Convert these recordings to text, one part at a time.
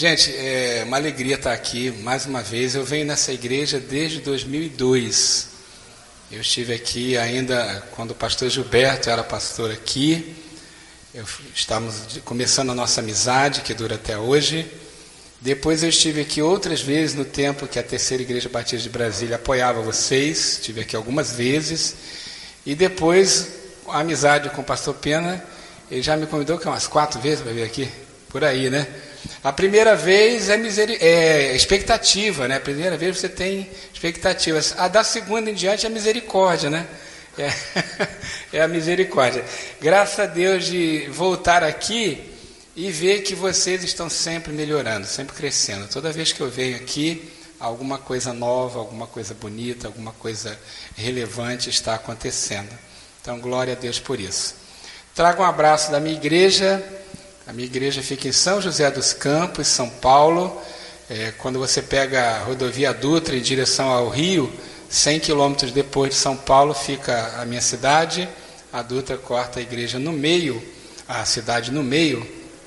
Gente, é uma alegria estar aqui mais uma vez. Eu venho nessa igreja desde 2002. Eu estive aqui ainda quando o pastor Gilberto era pastor aqui. Estamos começando a nossa amizade, que dura até hoje. Depois eu estive aqui outras vezes no tempo que a Terceira Igreja Batista de Brasília apoiava vocês. Estive aqui algumas vezes. E depois, a amizade com o pastor Pena, ele já me convidou umas 4 vezes para vir aqui. Por aí, né? A primeira vez é expectativa, né? A primeira vez você tem expectativas. A da segunda em diante é misericórdia, né? É a misericórdia. Graças a Deus de voltar aqui e ver que vocês estão sempre melhorando, sempre crescendo. Toda vez que eu venho aqui, alguma coisa nova, alguma coisa bonita, alguma coisa relevante está acontecendo. Então, glória a Deus por isso. Trago um abraço da minha igreja. A minha igreja fica em São José dos Campos, São Paulo. Quando você pega a rodovia Dutra em direção ao Rio, 100 quilômetros depois de São Paulo fica a minha cidade. A Dutra corta a igreja no meio, a cidade no meio.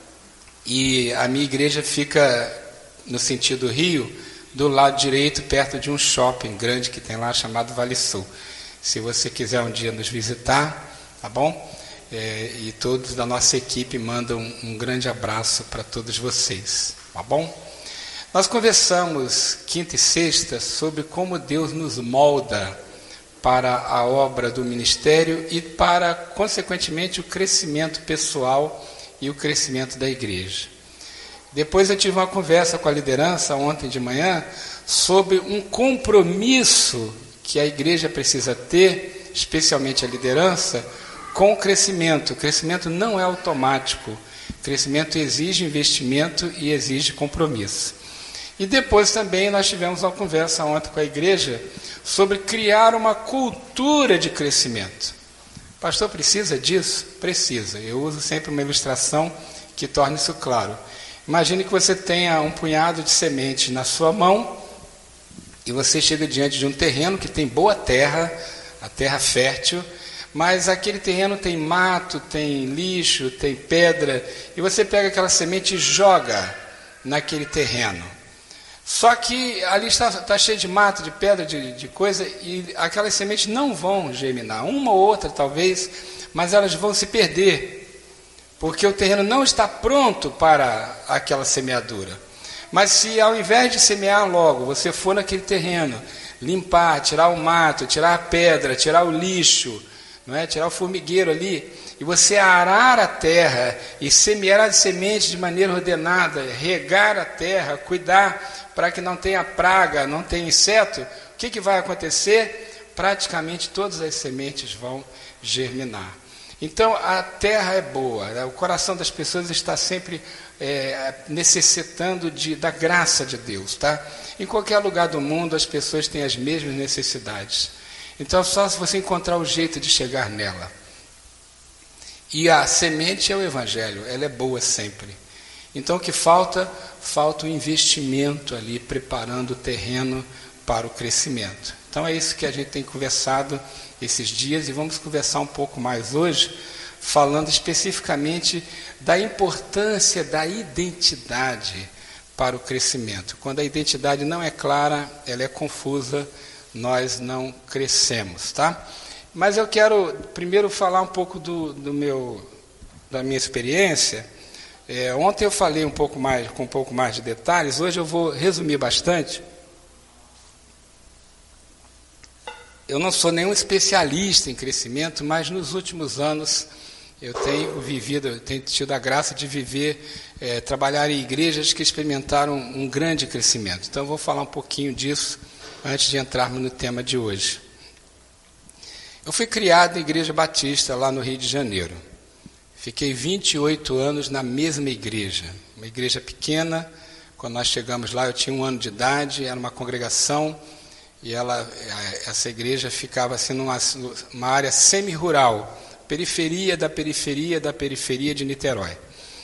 E a minha igreja fica no sentido Rio, do lado direito, perto de um shopping grande que tem lá, chamado Vale Sul. Se você quiser um dia nos visitar, tá bom? E todos da nossa equipe mandam um grande abraço para todos vocês, tá bom? Nós conversamos quinta e sexta sobre como Deus nos molda para a obra do ministério e para, consequentemente, o crescimento pessoal e o crescimento da igreja. Depois eu tive uma conversa com a liderança ontem de manhã sobre um compromisso que a igreja precisa ter, especialmente a liderança, com o crescimento. O crescimento não é automático. O crescimento exige investimento e exige compromisso. E depois também nós tivemos uma conversa ontem com a igreja sobre criar uma cultura de crescimento. Pastor, precisa disso? Precisa. Eu uso sempre uma ilustração que torna isso claro. Imagine que você tenha um punhado de sementes na sua mão e você chega diante de um terreno que tem boa terra, a terra fértil, mas aquele terreno tem mato, tem lixo, tem pedra, e você pega aquela semente e joga naquele terreno. Só que ali está cheio de mato, de pedra, de coisa, e aquelas sementes não vão germinar. Uma ou outra talvez, mas elas vão se perder, porque o terreno não está pronto para aquela semeadura. Mas se ao invés de semear logo, você for naquele terreno, limpar, tirar o mato, tirar a pedra, tirar o lixo, não é? Tirar o formigueiro ali, e você arar a terra e semear as sementes de maneira ordenada, regar a terra, cuidar para que não tenha praga, não tenha inseto, o que vai acontecer? Praticamente todas as sementes vão germinar. Então a terra é boa, né? O coração das pessoas está sempre necessitando da graça de Deus, tá? Em qualquer lugar do mundo as pessoas têm as mesmas necessidades. Então, só se você encontrar o jeito de chegar nela. E a semente é o Evangelho, ela é boa sempre. Então, o que falta? Falta o investimento ali, preparando o terreno para o crescimento. Então, é isso que a gente tem conversado esses dias, e vamos conversar um pouco mais hoje, falando especificamente da importância da identidade para o crescimento. Quando a identidade não é clara, ela é confusa, nós não crescemos, tá? Mas eu quero primeiro falar um pouco da minha experiência. Ontem eu falei com um pouco mais de detalhes, hoje eu vou resumir bastante. Eu não sou nenhum especialista em crescimento, mas nos últimos anos eu tenho tido a graça de trabalhar em igrejas que experimentaram um grande crescimento. Então eu vou falar um pouquinho disso antes de entrarmos no tema de hoje. Eu fui criado na Igreja Batista, lá no Rio de Janeiro. Fiquei 28 anos na mesma igreja, uma igreja pequena. Quando nós chegamos lá, eu tinha 1 ano de idade, era uma congregação, e essa igreja ficava assim numa área semi-rural, periferia da periferia da periferia de Niterói.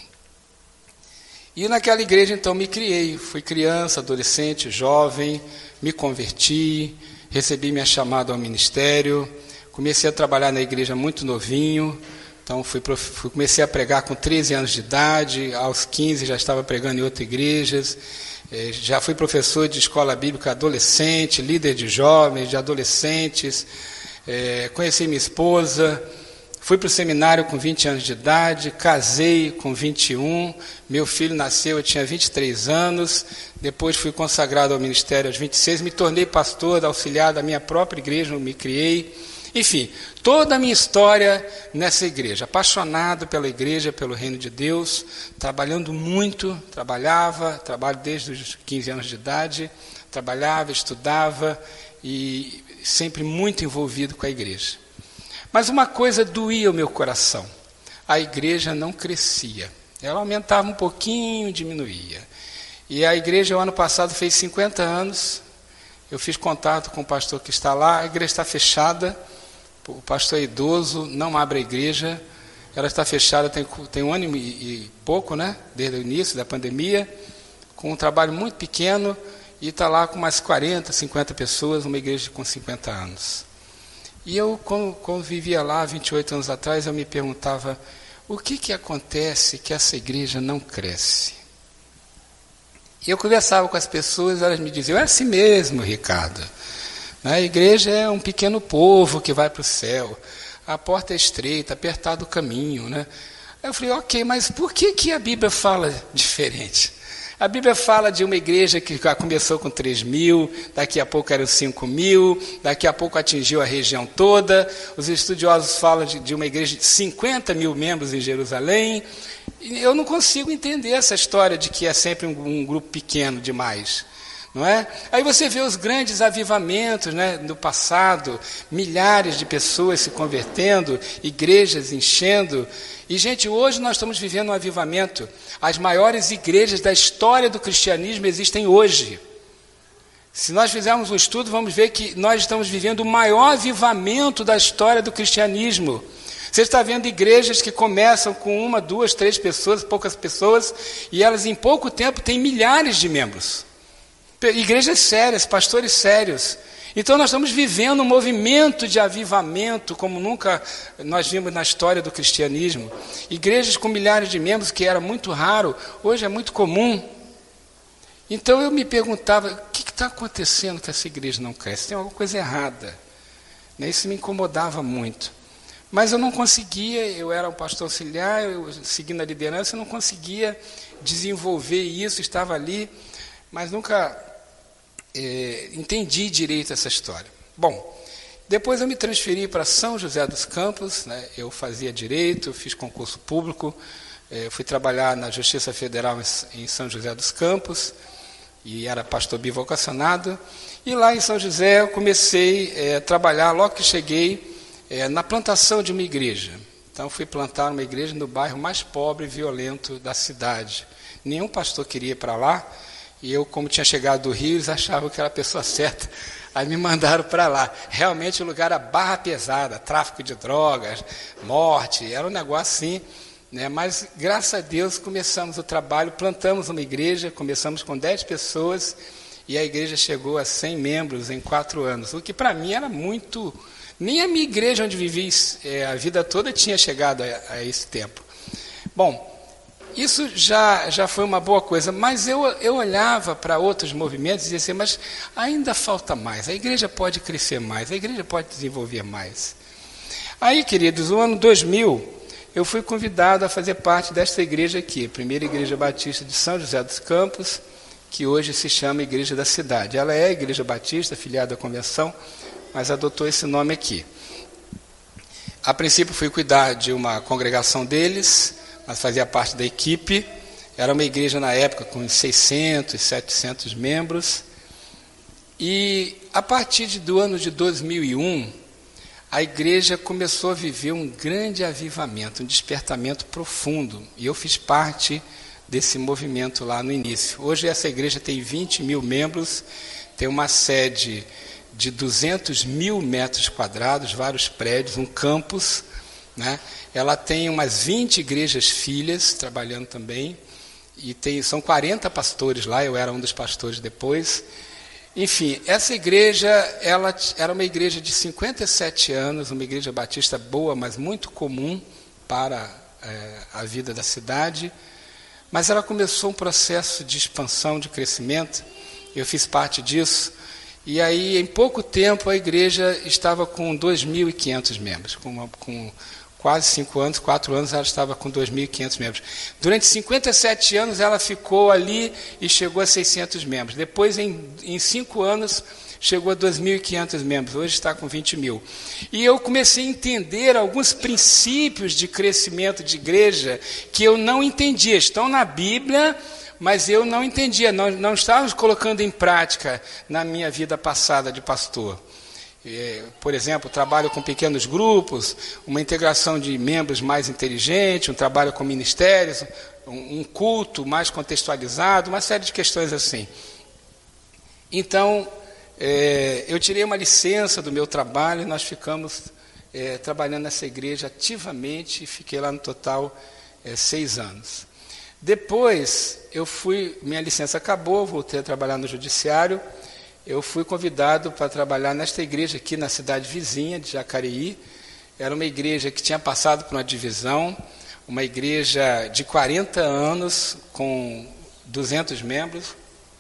E naquela igreja, então, me criei. Fui criança, adolescente, jovem, me converti, recebi minha chamada ao ministério, comecei a trabalhar na igreja muito novinho, Então comecei a pregar com 13 anos de idade, aos 15 já estava pregando em outras igrejas, já fui professor de escola bíblica adolescente, líder de jovens, de adolescentes, conheci minha esposa, fui para o seminário com 20 anos de idade, casei com 21, meu filho nasceu, eu tinha 23 anos, depois fui consagrado ao ministério aos 26, me tornei pastor, auxiliar da minha própria igreja, me criei. Enfim, toda a minha história nessa igreja, apaixonado pela igreja, pelo reino de Deus, trabalhando muito, trabalho desde os 15 anos de idade, trabalhava, estudava e sempre muito envolvido com a igreja. Mas uma coisa doía o meu coração, a igreja não crescia, ela aumentava um pouquinho, diminuía. E a igreja, o ano passado, fez 50 anos, eu fiz contato com o pastor que está lá, a igreja está fechada, o pastor é idoso, não abre a igreja, ela está fechada tem um ano e pouco, né? Desde o início da pandemia, com um trabalho muito pequeno, e está lá com mais 40, 50 pessoas, uma igreja com 50 anos. E eu, quando vivia lá, 28 anos atrás, eu me perguntava, o que acontece que essa igreja não cresce? E eu conversava com as pessoas, elas me diziam, é assim mesmo, Ricardo. A igreja é um pequeno povo que vai para o céu, a porta é estreita, apertado o caminho, né? Aí eu falei, ok, mas por que a Bíblia fala diferente? A Bíblia fala de uma igreja que começou com 3 mil, daqui a pouco eram 5 mil, daqui a pouco atingiu a região toda. Os estudiosos falam de uma igreja de 50 mil membros em Jerusalém. E eu não consigo entender essa história de que é sempre um grupo pequeno demais. Não é? Aí você vê os grandes avivamentos, né, no passado, milhares de pessoas se convertendo, igrejas enchendo. E, gente, hoje nós estamos vivendo um avivamento. As maiores igrejas da história do cristianismo existem hoje. Se nós fizermos um estudo, vamos ver que nós estamos vivendo o maior avivamento da história do cristianismo. Você está vendo igrejas que começam com 1, 2, 3 pessoas, poucas pessoas, e elas em pouco tempo têm milhares de membros. Igrejas sérias, pastores sérios. Então nós estamos vivendo um movimento de avivamento como nunca nós vimos na história do cristianismo. Igrejas com milhares de membros, que era muito raro, hoje é muito comum. Então eu me perguntava, o que está acontecendo que essa igreja não cresce? Tem alguma coisa errada. Isso me incomodava muito. Mas eu não conseguia, eu era um pastor auxiliar, eu seguindo a liderança, eu não conseguia desenvolver isso, estava ali, mas nunca entendi direito essa história. Bom, depois eu me transferi para São José dos Campos, né? Eu fazia direito, fiz concurso público, fui trabalhar na Justiça Federal em São José dos Campos, e era pastor bivocacionado, e lá em São José eu comecei a trabalhar, logo que cheguei, na plantação de uma igreja. Então fui plantar uma igreja no bairro mais pobre e violento da cidade. Nenhum pastor queria ir para lá, e eu, como tinha chegado do Rio, eles achavam que era a pessoa certa, aí me mandaram para lá. Realmente o lugar era barra pesada, tráfico de drogas, morte, era um negócio assim, né? Mas graças a Deus começamos o trabalho, plantamos uma igreja, começamos com 10 pessoas, e a igreja chegou a 100 membros em 4 anos, o que para mim era muito... Nem a minha igreja onde vivi a vida toda tinha chegado a esse tempo. Bom, isso já foi uma boa coisa, mas eu olhava para outros movimentos e dizia assim, mas ainda falta mais, a igreja pode crescer mais, a igreja pode desenvolver mais. Aí, queridos, no ano 2000, eu fui convidado a fazer parte desta igreja aqui, a primeira igreja batista de São José dos Campos, que hoje se chama Igreja da Cidade. Ela é a igreja batista, filiada à convenção, mas adotou esse nome aqui. A princípio fui cuidar de uma congregação deles, mas fazia parte da equipe. Era uma igreja na época com 600, 700 membros. E a partir do ano de 2001, a igreja começou a viver um grande avivamento, um despertamento profundo. E eu fiz parte desse movimento lá no início. Hoje essa igreja tem 20 mil membros, tem uma sede de 200 mil metros quadrados, vários prédios, um campus, né? Ela tem umas 20 igrejas filhas trabalhando também, e são 40 pastores lá, eu era um dos pastores depois. Enfim, essa igreja, ela era uma igreja de 57 anos, uma igreja batista boa, mas muito comum, para a vida da cidade, mas ela começou um processo de expansão, de crescimento. Eu fiz parte disso, e aí em pouco tempo a igreja estava com 2.500 membros, com quase 5 anos, 4 anos ela estava com 2.500 membros. Durante 57 anos ela ficou ali e chegou a 600 membros. Depois, em 5 anos, chegou a 2.500 membros, hoje está com 20 mil. E eu comecei a entender alguns princípios de crescimento de igreja que eu não entendia. Estão na Bíblia, mas eu não entendia, não estávamos colocando em prática na minha vida passada de pastor. Por exemplo, trabalho com pequenos grupos, uma integração de membros mais inteligente, um trabalho com ministérios, um culto mais contextualizado, uma série de questões assim. Então, eu tirei uma licença do meu trabalho e nós ficamos trabalhando nessa igreja ativamente, e fiquei lá no total 6 anos. Depois, minha licença acabou, voltei a trabalhar no judiciário. Eu fui convidado para trabalhar nesta igreja aqui na cidade vizinha de Jacareí. Era uma igreja que tinha passado por uma divisão, uma igreja de 40 anos, com 200 membros.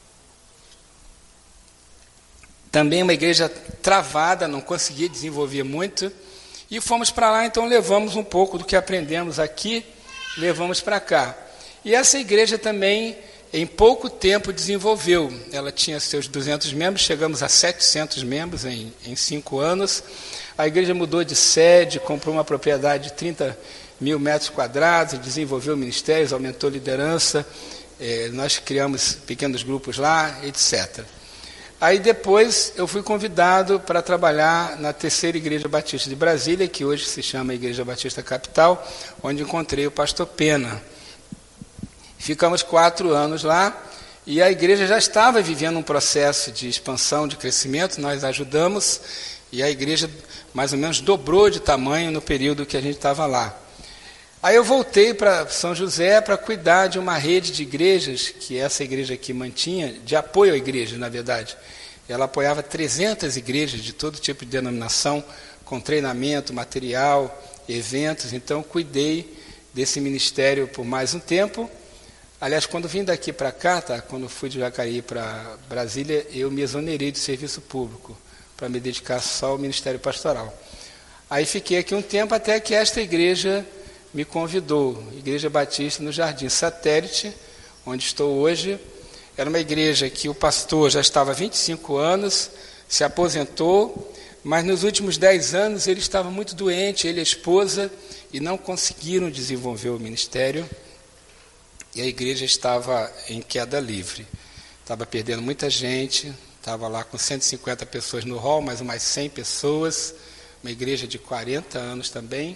Também uma igreja travada, não conseguia desenvolver muito. E fomos para lá, então levamos um pouco do que aprendemos aqui, levamos para cá. E essa igreja também, em pouco tempo, desenvolveu. Ela tinha seus 200 membros, chegamos a 700 membros em 5 anos. A igreja mudou de sede, comprou uma propriedade de 30 mil metros quadrados, desenvolveu ministérios, aumentou liderança, nós criamos pequenos grupos lá, etc. Aí depois eu fui convidado para trabalhar na terceira Igreja Batista de Brasília, que hoje se chama Igreja Batista Capital, onde encontrei o pastor Pena. Ficamos 4 anos lá, e a igreja já estava vivendo um processo de expansão, de crescimento, nós ajudamos, e a igreja mais ou menos dobrou de tamanho no período que a gente estava lá. Aí eu voltei para São José para cuidar de uma rede de igrejas, que essa igreja aqui mantinha, de apoio à igreja, na verdade. Ela apoiava 300 igrejas de todo tipo de denominação, com treinamento, material, eventos. Então, cuidei desse ministério por mais um tempo. Aliás, quando vim daqui para cá, quando fui de Jacareí para Brasília, eu me exonerei de serviço público, para me dedicar só ao ministério pastoral. Aí fiquei aqui um tempo até que esta igreja me convidou, Igreja Batista no Jardim Satélite, onde estou hoje. Era uma igreja que o pastor já estava há 25 anos, se aposentou, mas nos últimos 10 anos ele estava muito doente, ele e a esposa, e não conseguiram desenvolver o ministério, e a igreja estava em queda livre. Estava perdendo muita gente, estava lá com 150 pessoas no hall, mais umas 100 pessoas, uma igreja de 40 anos também,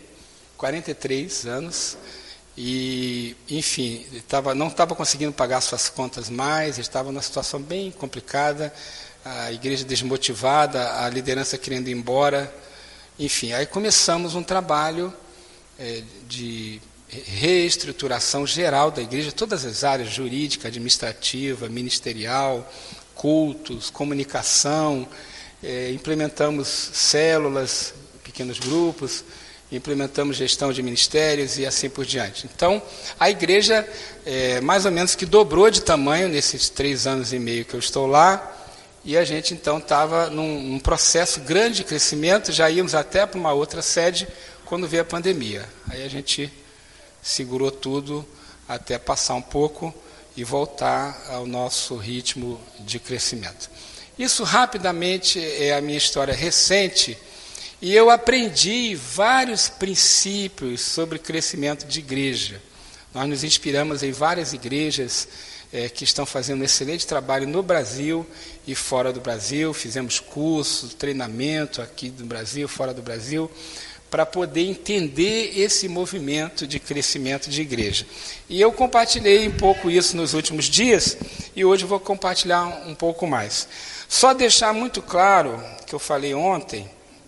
43 anos, e, enfim, não estava conseguindo pagar suas contas mais, estava numa situação bem complicada, a igreja desmotivada, a liderança querendo ir embora, enfim. Aí começamos um trabalho de reestruturação geral da igreja, todas as áreas, jurídica, administrativa, ministerial, cultos, comunicação, implementamos células, pequenos grupos, implementamos gestão de ministérios e assim por diante. Então, a igreja, mais ou menos que dobrou de tamanho nesses 3 anos e meio que eu estou lá, e a gente então estava num processo grande de crescimento, já íamos até para uma outra sede quando veio a pandemia. Aí a gente segurou tudo até passar um pouco e voltar ao nosso ritmo de crescimento. Isso rapidamente é a minha história recente, e eu aprendi vários princípios sobre crescimento de igreja. Nós nos inspiramos em várias igrejas que estão fazendo um excelente trabalho no Brasil e fora do Brasil. Fizemos cursos, treinamento aqui no Brasil, fora do Brasil, para poder entender esse movimento de crescimento de igreja. E eu compartilhei um pouco isso nos últimos dias, e hoje vou compartilhar um pouco mais. Só deixar muito claro, que eu falei ontem,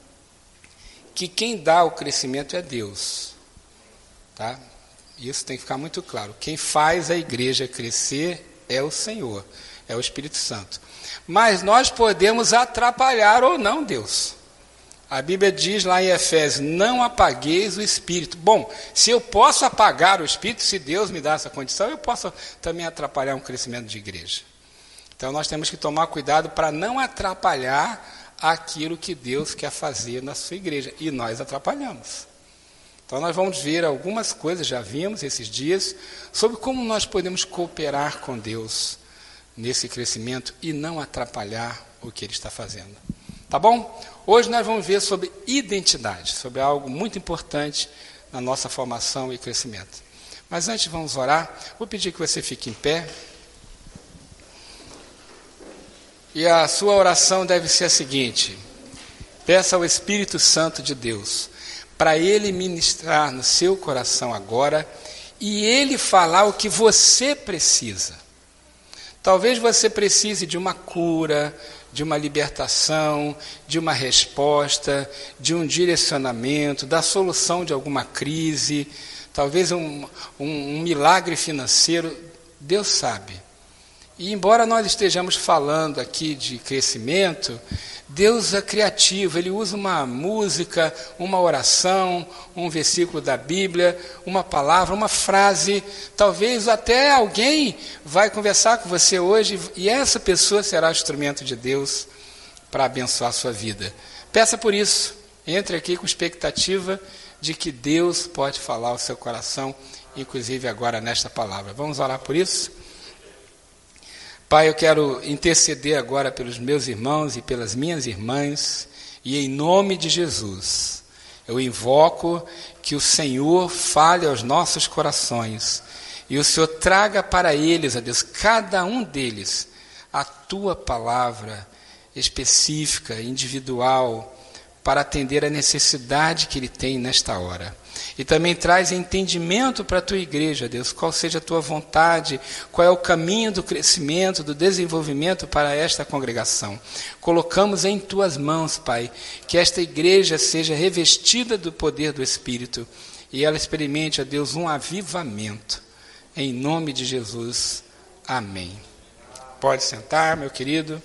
que quem dá o crescimento é Deus. Tá? Isso tem que ficar muito claro. Quem faz a igreja crescer é o Senhor, é o Espírito Santo. Mas nós podemos atrapalhar ou não Deus. A Bíblia diz lá em Efésios, não apagueis o Espírito. Bom, se eu posso apagar o Espírito, se Deus me dá essa condição, eu posso também atrapalhar um crescimento de igreja. Então nós temos que tomar cuidado para não atrapalhar aquilo que Deus quer fazer na sua igreja. E nós atrapalhamos. Então nós vamos ver algumas coisas, já vimos esses dias, sobre como nós podemos cooperar com Deus nesse crescimento e não atrapalhar o que Ele está fazendo. Tá bom? Hoje nós vamos ver sobre identidade, sobre algo muito importante na nossa formação e crescimento. Mas antes vamos orar. Vou pedir que você fique em pé. E a sua oração deve ser a seguinte: peça ao Espírito Santo de Deus para Ele ministrar no seu coração agora e Ele falar o que você precisa. Talvez você precise de uma cura, de uma libertação, de uma resposta, de um direcionamento, da solução de alguma crise, talvez um milagre financeiro. Deus sabe. E embora nós estejamos falando aqui de crescimento, Deus é criativo, Ele usa uma música, uma oração, um versículo da Bíblia, uma palavra, uma frase. Talvez até alguém vai conversar com você hoje e essa pessoa será o instrumento de Deus para abençoar a sua vida. Peça por isso, entre aqui com expectativa de que Deus pode falar ao seu coração, inclusive agora nesta palavra. Vamos orar por isso? Pai, eu quero interceder agora pelos meus irmãos e pelas minhas irmãs, e em nome de Jesus, eu invoco que o Senhor fale aos nossos corações, e o Senhor traga para eles, ó Deus, cada um deles, a Tua palavra específica, individual, para atender a necessidade que ele tem nesta hora. E também traz entendimento para a tua igreja, Deus, qual seja a tua vontade, qual é o caminho do crescimento, do desenvolvimento para esta congregação. Colocamos em tuas mãos, Pai, que esta igreja seja revestida do poder do Espírito e ela experimente, ó Deus, um avivamento. Em nome de Jesus. Amém. Pode sentar, meu querido.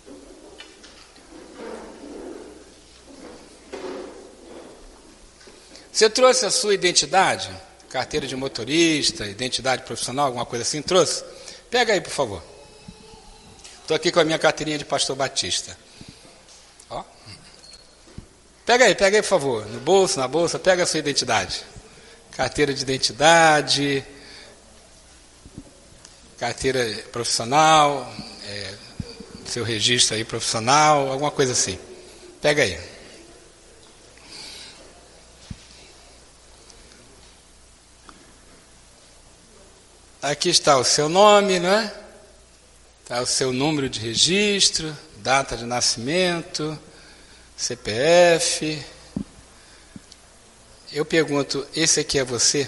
Você trouxe a sua identidade? Carteira de motorista, identidade profissional, alguma coisa assim? Trouxe? Pega aí, por favor. Estou aqui com a minha carteirinha de pastor batista. Ó. Pega aí, por favor. No bolso, na bolsa, pega a sua identidade. Carteira de identidade, carteira profissional, seu registro aí profissional, alguma coisa assim. Pega aí. Aqui está o seu nome, não é? Está o seu número de registro, data de nascimento, CPF. Eu pergunto, esse aqui é você?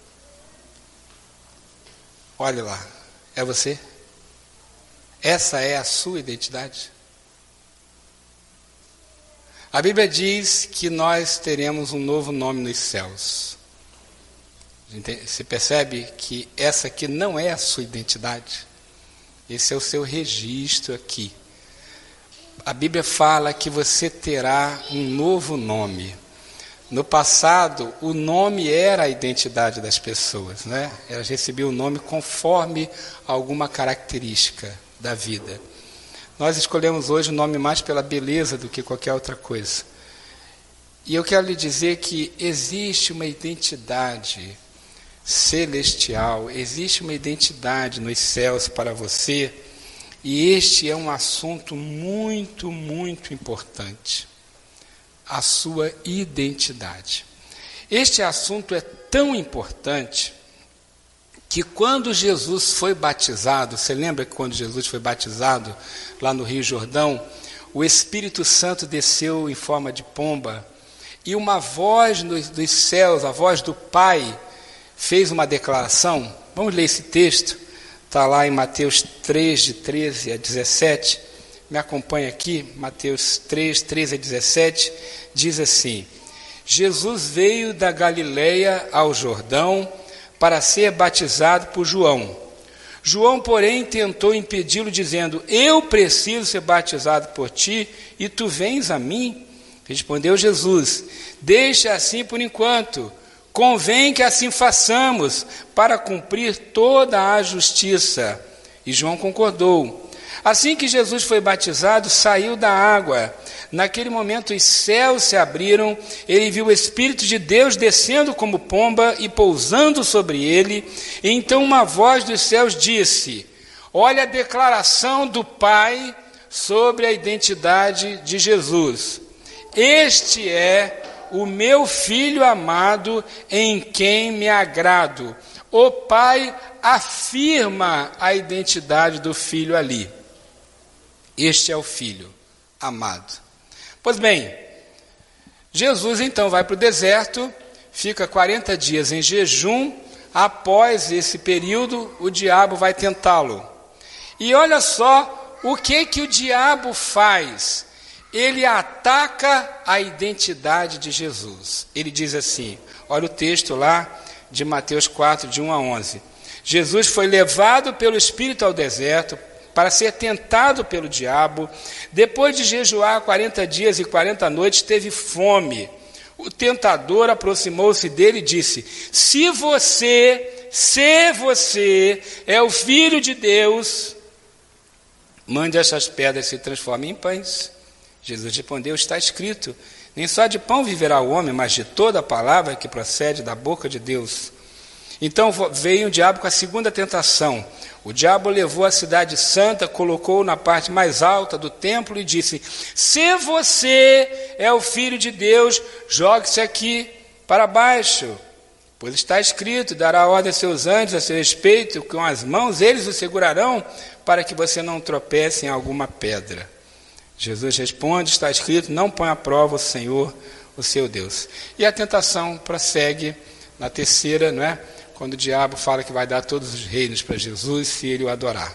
Olhe lá, é você? Essa é a sua identidade? A Bíblia diz que nós teremos um novo nome nos céus. Você percebe que essa aqui não é a sua identidade? Esse é o seu registro aqui. A Bíblia fala que você terá um novo nome. No passado, o nome era a identidade das pessoas, né? Elas recebiam o nome conforme alguma característica da vida. Nós escolhemos hoje o nome mais pela beleza do que qualquer outra coisa. E eu quero lhe dizer que existe uma identidade celestial, existe uma identidade nos céus para você, e este é um assunto muito, muito importante. A sua identidade. Este assunto é tão importante que quando Jesus foi batizado, você lembra que quando Jesus foi batizado lá no Rio Jordão, o Espírito Santo desceu em forma de pomba, e uma voz dos céus, a voz do Pai, fez uma declaração. Vamos ler esse texto, está lá em Mateus 3, de 13 a 17, me acompanha aqui, Mateus 3, 13 a 17, diz assim: Jesus veio da Galileia ao Jordão para ser batizado por João. João, porém, tentou impedi-lo, dizendo: eu preciso ser batizado por ti, e tu vens a mim? Respondeu Jesus: deixa assim por enquanto, convém que assim façamos, para cumprir toda a justiça. E João concordou. Assim que Jesus foi batizado, saiu da água. Naquele momento os céus se abriram, ele viu o Espírito de Deus descendo como pomba e pousando sobre ele. E então uma voz dos céus disse: olha a declaração do Pai sobre a identidade de Jesus. Este é o meu Filho amado, em quem me agrado. O Pai afirma a identidade do Filho ali. Este é o Filho amado. Pois bem, Jesus então vai para o deserto, fica 40 dias em jejum. Após esse período, o diabo vai tentá-lo. E olha só o que o diabo faz. Ele ataca a identidade de Jesus. Ele diz assim, olha o texto lá de Mateus 4, de 1 a 11. Jesus foi levado pelo Espírito ao deserto para ser tentado pelo diabo. Depois de jejuar 40 dias e 40 noites, teve fome. O tentador aproximou-se dele e disse: se você é o Filho de Deus, mande essas pedras se transformem em pães. Jesus respondeu: está escrito, nem só de pão viverá o homem, mas de toda a palavra que procede da boca de Deus. Então veio o diabo com a segunda tentação. O diabo levou a cidade santa, colocou-o na parte mais alta do templo e disse: se você é o Filho de Deus, jogue-se aqui para baixo, pois está escrito: dará ordem a seus anjos a seu respeito, com as mãos eles o segurarão, para que você não tropece em alguma pedra. Jesus responde: está escrito, não põe à prova o Senhor, o seu Deus. E a tentação prossegue na terceira, não é? Quando o diabo fala que vai dar todos os reinos para Jesus se ele o adorar.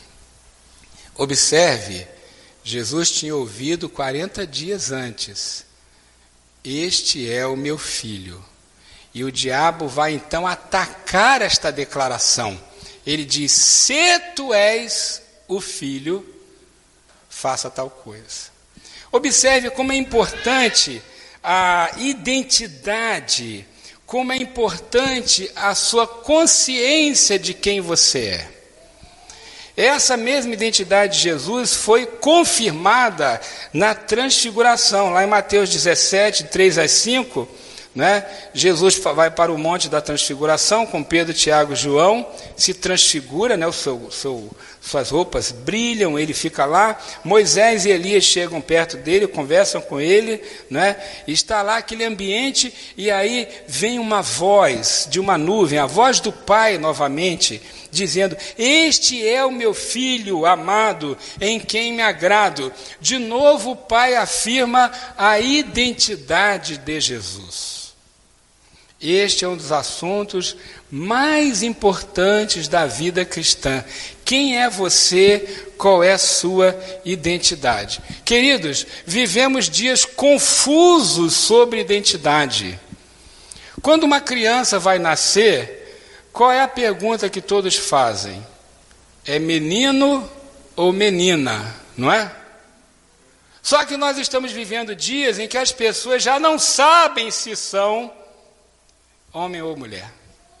Observe, Jesus tinha ouvido 40 dias antes: este é o meu filho. E o diabo vai então atacar esta declaração. Ele diz: se tu és o filho, faça tal coisa. Observe como é importante a identidade, como é importante a sua consciência de quem você é. Essa mesma identidade de Jesus foi confirmada na transfiguração, lá em Mateus 17, 3 a 5, né? Jesus vai para o monte da transfiguração com Pedro, Tiago e João, se transfigura, né? Suas roupas brilham, ele fica lá. Moisés e Elias chegam perto dele, conversam com ele, né? Está lá aquele ambiente, e aí vem uma voz de uma nuvem, a voz do Pai novamente, dizendo: este é o meu Filho amado, em quem me agrado. De novo o Pai afirma a identidade de Jesus. Este é um dos assuntos mais importantes da vida cristã. Quem é você? Qual é a sua identidade? Queridos, vivemos dias confusos sobre identidade. Quando uma criança vai nascer, qual é a pergunta que todos fazem? É menino ou menina, não é? Só que nós estamos vivendo dias em que as pessoas já não sabem se são homem ou mulher.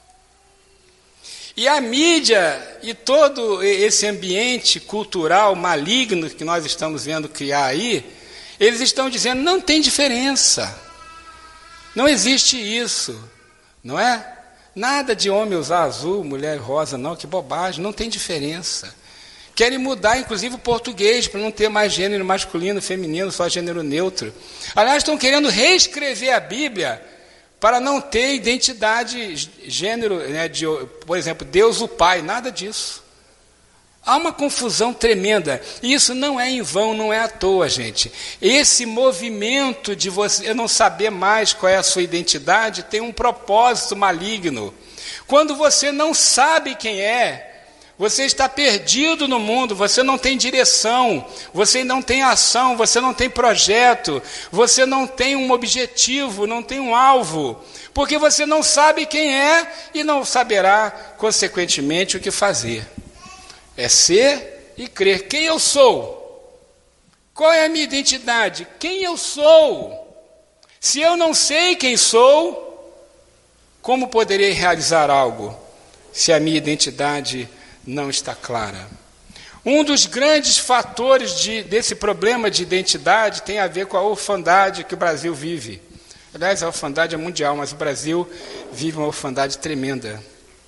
E a mídia e todo esse ambiente cultural maligno que nós estamos vendo criar aí, eles estão dizendo: não tem diferença, não existe isso, não é? Nada de homem usar azul, mulher rosa, não, que bobagem, não tem diferença. Querem mudar, inclusive, o português, para não ter mais gênero masculino, feminino, só gênero neutro. Aliás, estão querendo reescrever a Bíblia para não ter identidade, gênero, né, por exemplo, Deus o Pai, nada disso. Há uma confusão tremenda, e isso não é em vão, não é à toa, gente. Esse movimento de você não saber mais qual é a sua identidade tem um propósito maligno. Quando você não sabe quem é, você está perdido no mundo, você não tem direção, você não tem ação, você não tem projeto, você não tem um objetivo, não tem um alvo, porque você não sabe quem é e não saberá, consequentemente, o que fazer. É ser e crer. Quem eu sou? Qual é a minha identidade? Quem eu sou? Se eu não sei quem sou, como poderei realizar algo se a minha identidade não está clara? Um dos grandes fatores desse problema de identidade tem a ver com a orfandade que o Brasil vive. Aliás, a orfandade é mundial, mas o Brasil vive uma orfandade tremenda.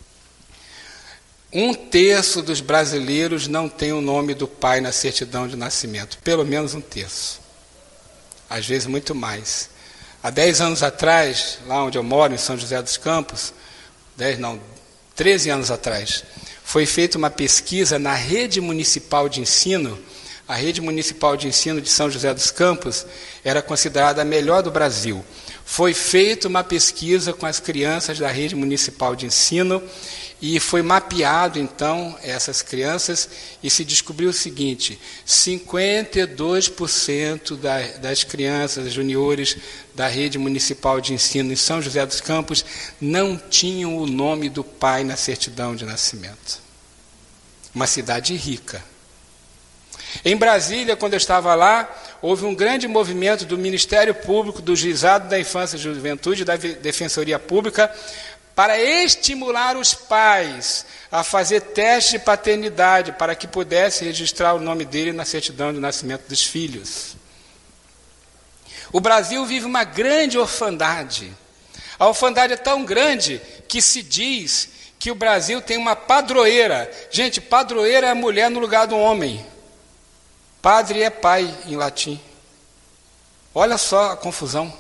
1/3 dos brasileiros não tem o nome do pai na certidão de nascimento. Pelo menos 1/3. Às vezes muito mais. Há 10 anos atrás, lá onde eu moro, em São José dos Campos, 13 anos atrás, foi feita uma pesquisa na rede municipal de ensino. A rede municipal de ensino de São José dos Campos era considerada a melhor do Brasil. Foi feita uma pesquisa com as crianças da rede municipal de ensino e foi mapeado, então, essas crianças e se descobriu o seguinte: 52% das crianças juniores da rede municipal de ensino em São José dos Campos não tinham o nome do pai na certidão de nascimento. Uma cidade rica. Em Brasília, quando eu estava lá, houve um grande movimento do Ministério Público, do Juizado da Infância e Juventude, da Defensoria Pública, para estimular os pais a fazer teste de paternidade para que pudesse registrar o nome dele na certidão de nascimento dos filhos. O Brasil vive uma grande orfandade. A orfandade é tão grande que se diz que o Brasil tem uma padroeira. Gente, padroeira é a mulher no lugar do homem. Padre é pai em latim. Olha só a confusão.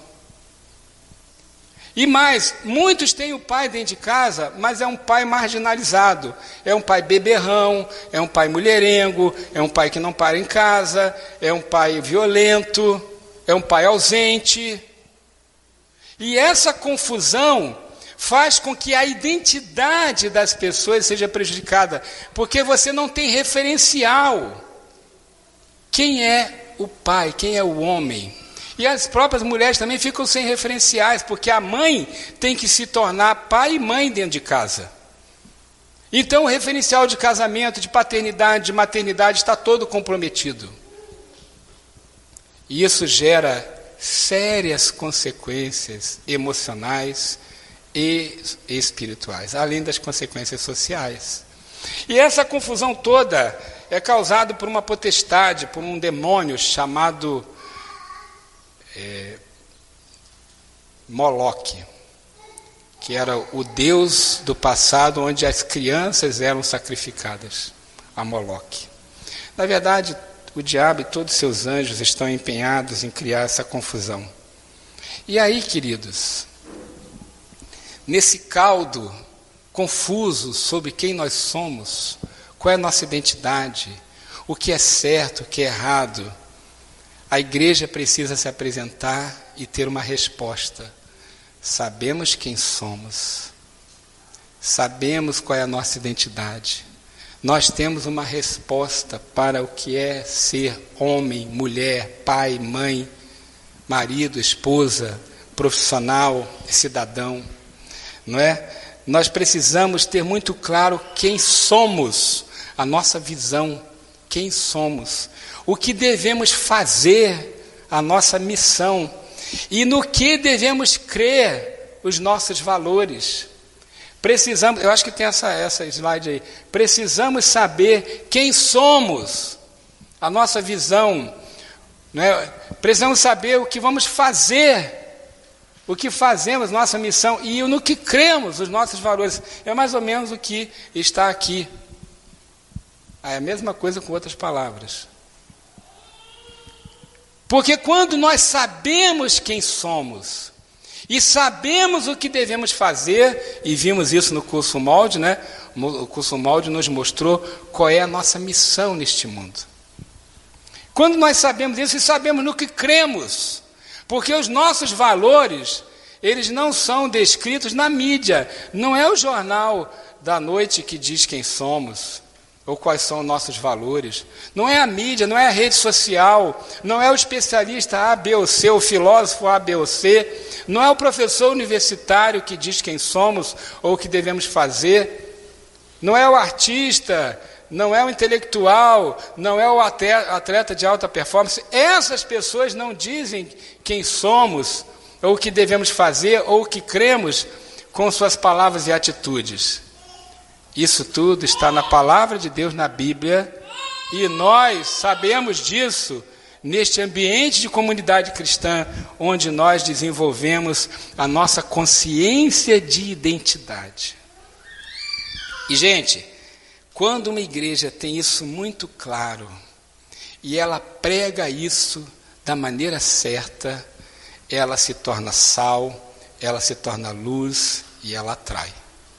E mais, muitos têm o pai dentro de casa, mas é um pai marginalizado. É um pai beberrão, é um pai mulherengo, é um pai que não para em casa, é um pai violento, é um pai ausente. E essa confusão faz com que a identidade das pessoas seja prejudicada, porque você não tem referencial. Quem é o pai? Quem é o homem? E as próprias mulheres também ficam sem referenciais, porque a mãe tem que se tornar pai e mãe dentro de casa. Então o referencial de casamento, de paternidade, de maternidade está todo comprometido. E isso gera sérias consequências emocionais e espirituais, além das consequências sociais. E essa confusão toda é causada por uma potestade, por um demônio chamado Moloque, que era o deus do passado onde as crianças eram sacrificadas a Moloque. Na verdade, o diabo e todos os seus anjos estão empenhados em criar essa confusão. E aí, queridos, nesse caldo confuso sobre quem nós somos, qual é a nossa identidade, o que é certo, o que é errado, a igreja precisa se apresentar e ter uma resposta. Sabemos quem somos, sabemos qual é a nossa identidade. Nós temos uma resposta para o que é ser homem, mulher, pai, mãe, marido, esposa, profissional, cidadão, não é? Nós precisamos ter muito claro quem somos, a nossa visão, quem somos, o que devemos fazer, a nossa missão, e no que devemos crer, os nossos valores. Precisamos, eu acho que tem essa slide aí, precisamos saber quem somos, a nossa visão, né? Precisamos saber o que vamos fazer, o que fazemos, nossa missão, e no que cremos, os nossos valores. É mais ou menos o que está aqui. É a mesma coisa com outras palavras. Porque quando nós sabemos quem somos e sabemos o que devemos fazer, e vimos isso no curso Molde, né? O curso Molde nos mostrou qual é a nossa missão neste mundo. Quando nós sabemos isso e sabemos no que cremos, porque os nossos valores, eles não são descritos na mídia, não é o jornal da noite que diz quem somos, ou quais são os nossos valores. Não é a mídia, não é a rede social, não é o especialista A, B ou C, o filósofo A, B ou C, não é o professor universitário que diz quem somos ou o que devemos fazer, não é o artista não é o intelectual, não é o atleta de alta performance. Essas pessoas não dizem quem somos, ou o que devemos fazer, ou o que cremos com suas palavras e atitudes. Isso tudo está na palavra de Deus, na Bíblia, e nós sabemos disso neste ambiente de comunidade cristã, onde nós desenvolvemos a nossa consciência de identidade. E, gente, quando uma igreja tem isso muito claro, e ela prega isso da maneira certa, ela se torna sal, ela se torna luz e ela atrai.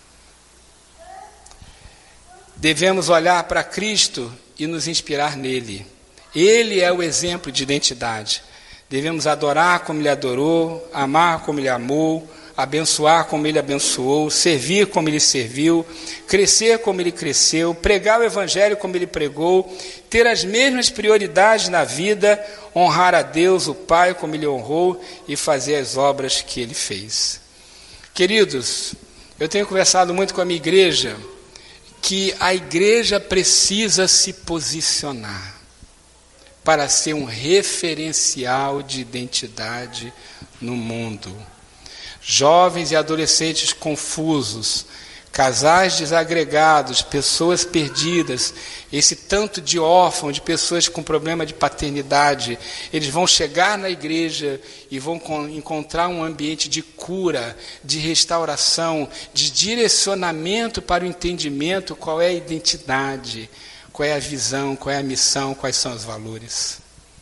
Devemos olhar para Cristo e nos inspirar nele. Ele é o exemplo de identidade. Devemos adorar como ele adorou, amar como ele amou, abençoar como ele abençoou, servir como ele serviu, crescer como ele cresceu, pregar o evangelho como ele pregou, ter as mesmas prioridades na vida, honrar a Deus, o Pai, como ele honrou, e fazer as obras que ele fez. Queridos, eu tenho conversado muito com a minha igreja, que a igreja precisa se posicionar para ser um referencial de identidade no mundo. Jovens e adolescentes confusos, casais desagregados, pessoas perdidas, esse tanto de órfãos, de pessoas com problema de paternidade, eles vão chegar na igreja e vão encontrar um ambiente de cura, de restauração, de direcionamento para o entendimento, qual é a identidade, qual é a visão, qual é a missão, quais são os valores.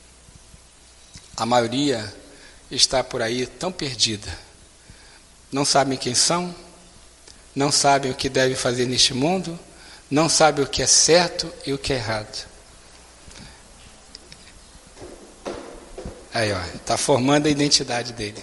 A maioria está por aí tão perdida. Não sabem quem são, não sabem o que devem fazer neste mundo, não sabem o que é certo e o que é errado. Aí, ó, está formando a identidade dele.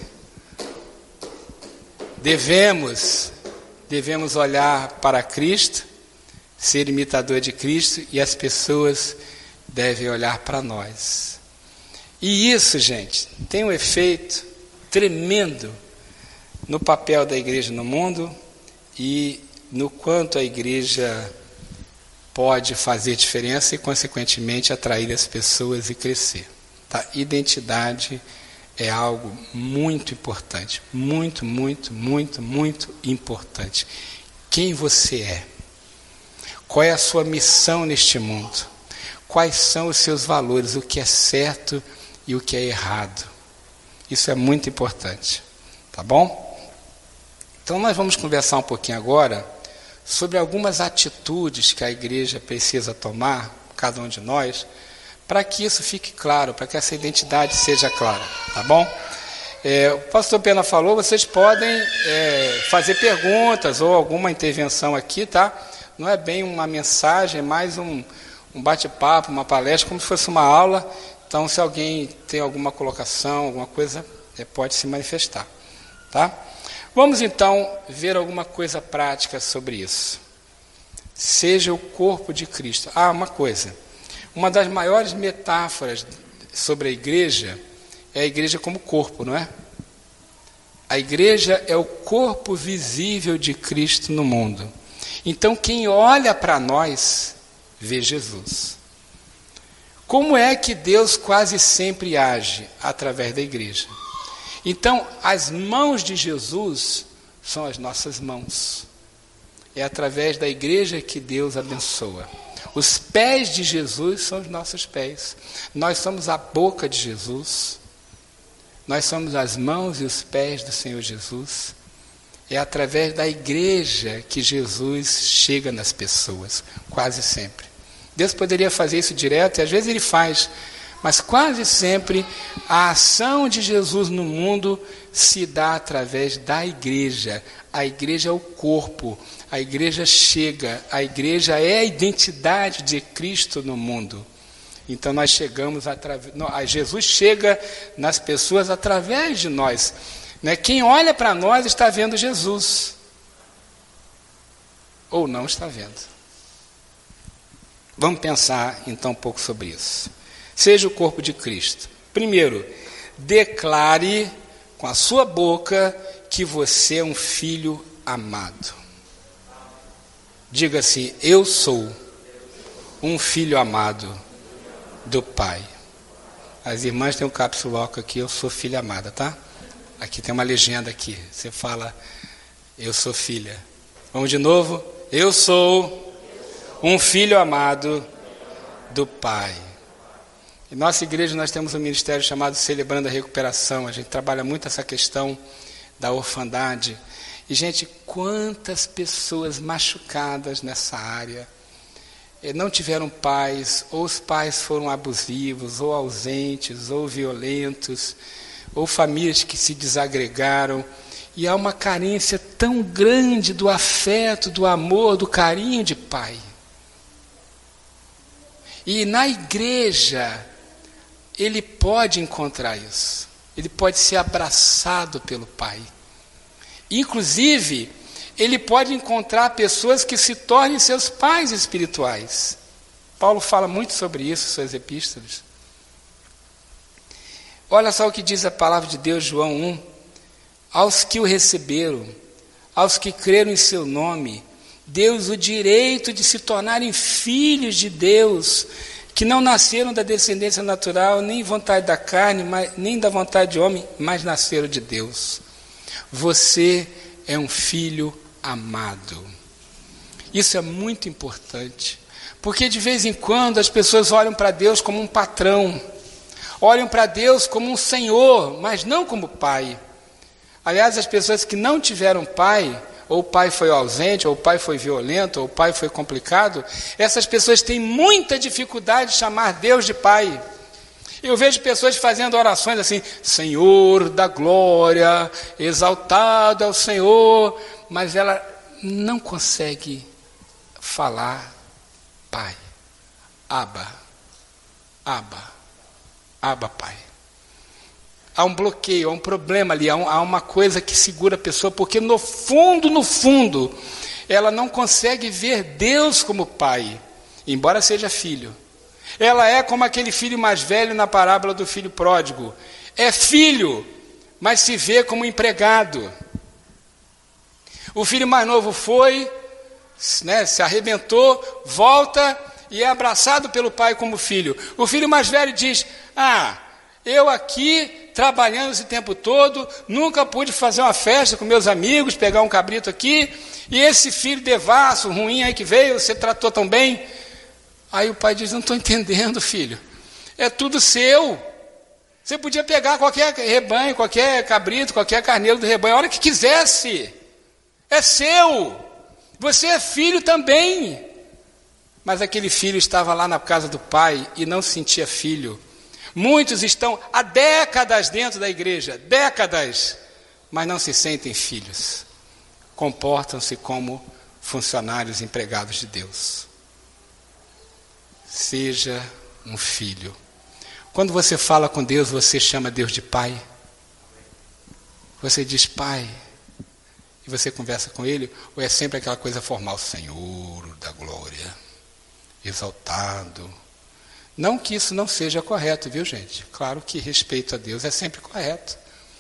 Devemos olhar para Cristo, ser imitador de Cristo, e as pessoas devem olhar para nós. E isso, gente, tem um efeito tremendo no papel da igreja no mundo e no quanto a igreja pode fazer diferença e, consequentemente, atrair as pessoas e crescer. Tá? Identidade é algo muito importante, muito, muito, muito, muito importante. Quem você é? Qual é a sua missão neste mundo? Quais são os seus valores? O que é certo e o que é errado? Isso é muito importante, tá bom? Então nós vamos conversar um pouquinho agora sobre algumas atitudes que a igreja precisa tomar, cada um de nós, para que isso fique claro, para que essa identidade seja clara, tá bom? O pastor Pena falou, vocês podem fazer perguntas ou alguma intervenção aqui, tá? Não é bem uma mensagem, é mais um bate-papo, uma palestra, como se fosse uma aula. Então, se alguém tem alguma colocação, alguma coisa, pode se manifestar, tá? Vamos então ver alguma coisa prática sobre isso. Seja o corpo de Cristo. Uma coisa. Uma das maiores metáforas sobre a igreja é a igreja como corpo, não é? A igreja é o corpo visível de Cristo no mundo. Então, quem olha para nós, vê Jesus. Como é que Deus quase sempre age? Através da igreja. Então, as mãos de Jesus são as nossas mãos. É através da igreja que Deus abençoa. Os pés de Jesus são os nossos pés. Nós somos a boca de Jesus. Nós somos as mãos e os pés do Senhor Jesus. É através da igreja que Jesus chega nas pessoas, quase sempre. Deus poderia fazer isso direto, e às vezes Ele faz, mas quase sempre a ação de Jesus no mundo se dá através da igreja. A igreja é o corpo, a igreja chega, a igreja é a identidade de Cristo no mundo. Então nós chegamos através, Jesus chega nas pessoas através de nós. Né? Quem olha para nós está vendo Jesus, ou não está vendo. Vamos pensar então um pouco sobre isso. Seja o corpo de Cristo. Primeiro, declare com a sua boca que você é um filho amado. Diga assim: eu sou um filho amado do Pai. As irmãs têm um caps lock aqui, eu sou filha amada, tá? Aqui tem uma legenda aqui, você fala, eu sou filha. Vamos de novo? Eu sou um filho amado do Pai. Em nossa igreja nós temos um ministério chamado Celebrando a Recuperação. A gente trabalha muito essa questão da orfandade. E, gente, quantas pessoas machucadas nessa área não tiveram pais, ou os pais foram abusivos, ou ausentes, ou violentos, ou famílias que se desagregaram. E há uma carência tão grande do afeto, do amor, do carinho de pai. E na igreja ele pode encontrar isso. Ele pode ser abraçado pelo Pai. Inclusive, ele pode encontrar pessoas que se tornem seus pais espirituais. Paulo fala muito sobre isso em suas epístolas. Olha só o que diz a palavra de Deus, João 1. Aos que o receberam, aos que creram em seu nome, deu-os o direito de se tornarem filhos de Deus, que não nasceram da descendência natural, nem vontade da carne, nem da vontade de homem, mas nasceram de Deus. Você é um filho amado. Isso é muito importante, porque de vez em quando as pessoas olham para Deus como um patrão, olham para Deus como um senhor, mas não como pai. Aliás, as pessoas que não tiveram pai, ou o pai foi ausente, ou o pai foi violento, ou o pai foi complicado, essas pessoas têm muita dificuldade de chamar Deus de pai. Eu vejo pessoas fazendo orações assim, Senhor da glória, exaltado é o Senhor, mas ela não consegue falar pai. Abba, pai. Há um bloqueio, há um problema ali, há uma coisa que segura a pessoa, porque no fundo, ela não consegue ver Deus como pai, embora seja filho. Ela é como aquele filho mais velho na parábola do filho pródigo. É filho, mas se vê como empregado. O filho mais novo foi, se arrebentou, volta e é abraçado pelo pai como filho. O filho mais velho diz, eu aqui trabalhando esse tempo todo, nunca pude fazer uma festa com meus amigos, pegar um cabrito aqui, e esse filho devasso, ruim aí que veio, você tratou tão bem. Aí o pai diz, não estou entendendo, filho, é tudo seu. Você podia pegar qualquer rebanho, qualquer cabrito, qualquer carneiro do rebanho, a hora que quisesse. É seu. Você é filho também. Mas aquele filho estava lá na casa do pai e não se sentia filho. Muitos estão há décadas dentro da igreja, décadas, mas não se sentem filhos. Comportam-se como funcionários empregados de Deus. Seja um filho. Quando você fala com Deus, você chama Deus de Pai. Você diz Pai, e você conversa com Ele, ou é sempre aquela coisa formal, Senhor da glória, exaltado. Não que isso não seja correto, viu, gente? Claro que respeito a Deus é sempre correto.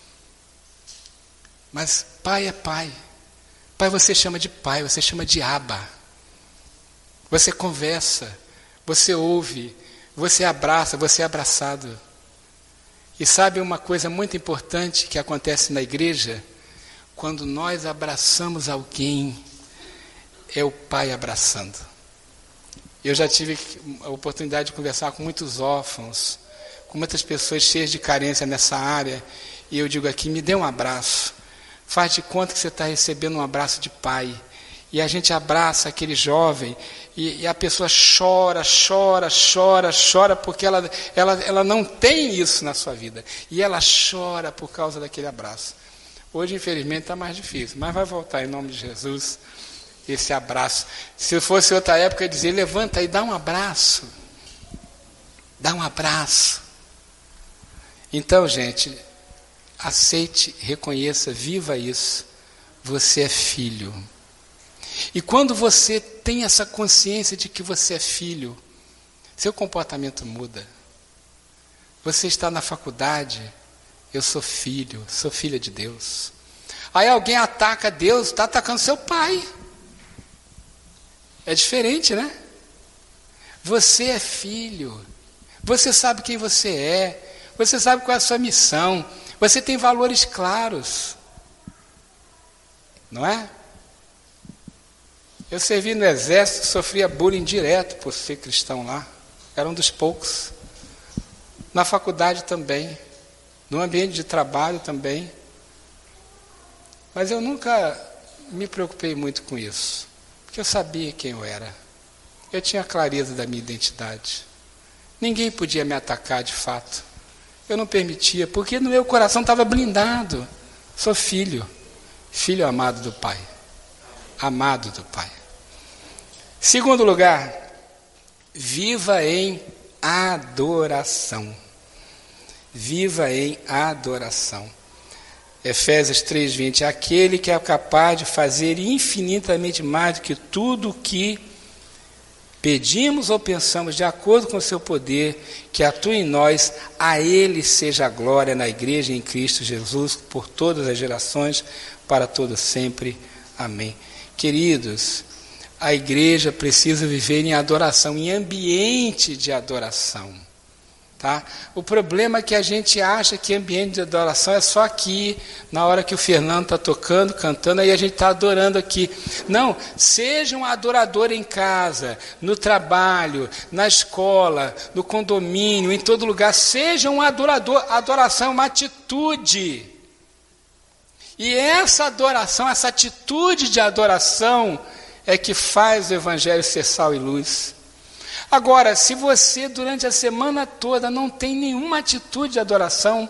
Mas pai é pai. Pai você chama de pai, você chama de Abba. Você conversa, você ouve, você abraça, você é abraçado. E sabe uma coisa muito importante que acontece na igreja? Quando nós abraçamos alguém, é o pai abraçando. Eu já tive a oportunidade de conversar com muitos órfãos, com muitas pessoas cheias de carência nessa área, e eu digo aqui, me dê um abraço, faz de conta que você está recebendo um abraço de pai, e a gente abraça aquele jovem, e a pessoa chora, porque ela não tem isso na sua vida, e ela chora por causa daquele abraço. Hoje, infelizmente, está mais difícil, mas vai voltar em nome de Jesus. Esse abraço. Se fosse outra época, eu dizia, levanta e dá um abraço. Dá um abraço. Então, gente, aceite, reconheça, viva isso. Você é filho. E quando você tem essa consciência de que você é filho, seu comportamento muda. Você está na faculdade, eu sou filho, sou filha de Deus. Aí alguém ataca Deus, está atacando seu pai. É diferente, né? Você é filho. Você sabe quem você é. Você sabe qual é a sua missão. Você tem valores claros. Não é? Eu servi no exército, sofria bullying direto por ser cristão lá. Era um dos poucos. Na faculdade também. No ambiente de trabalho também. Mas eu nunca me preocupei muito com isso. Porque eu sabia quem eu era. Eu tinha clareza da minha identidade. Ninguém podia me atacar de fato. Eu não permitia, porque no meu coração estava blindado. Sou filho. Filho amado do Pai. Amado do Pai. Segundo lugar, viva em adoração. Viva em adoração. Efésios 3:20. Aquele que é capaz de fazer infinitamente mais do que tudo o que pedimos ou pensamos, de acordo com o seu poder, que atua em nós, a Ele seja a glória na igreja em Cristo Jesus, por todas as gerações, para todo sempre. Amém. Queridos, a igreja precisa viver em adoração, em ambiente de adoração. Tá? O problema é que a gente acha que ambiente de adoração é só aqui, na hora que o Fernando está tocando, cantando, aí a gente está adorando aqui. Não, seja um adorador em casa, no trabalho, na escola, no condomínio, em todo lugar. Seja um adorador. Adoração é uma atitude. E essa adoração, essa atitude de adoração é que faz o Evangelho ser sal e luz. Agora, se você durante a semana toda não tem nenhuma atitude de adoração,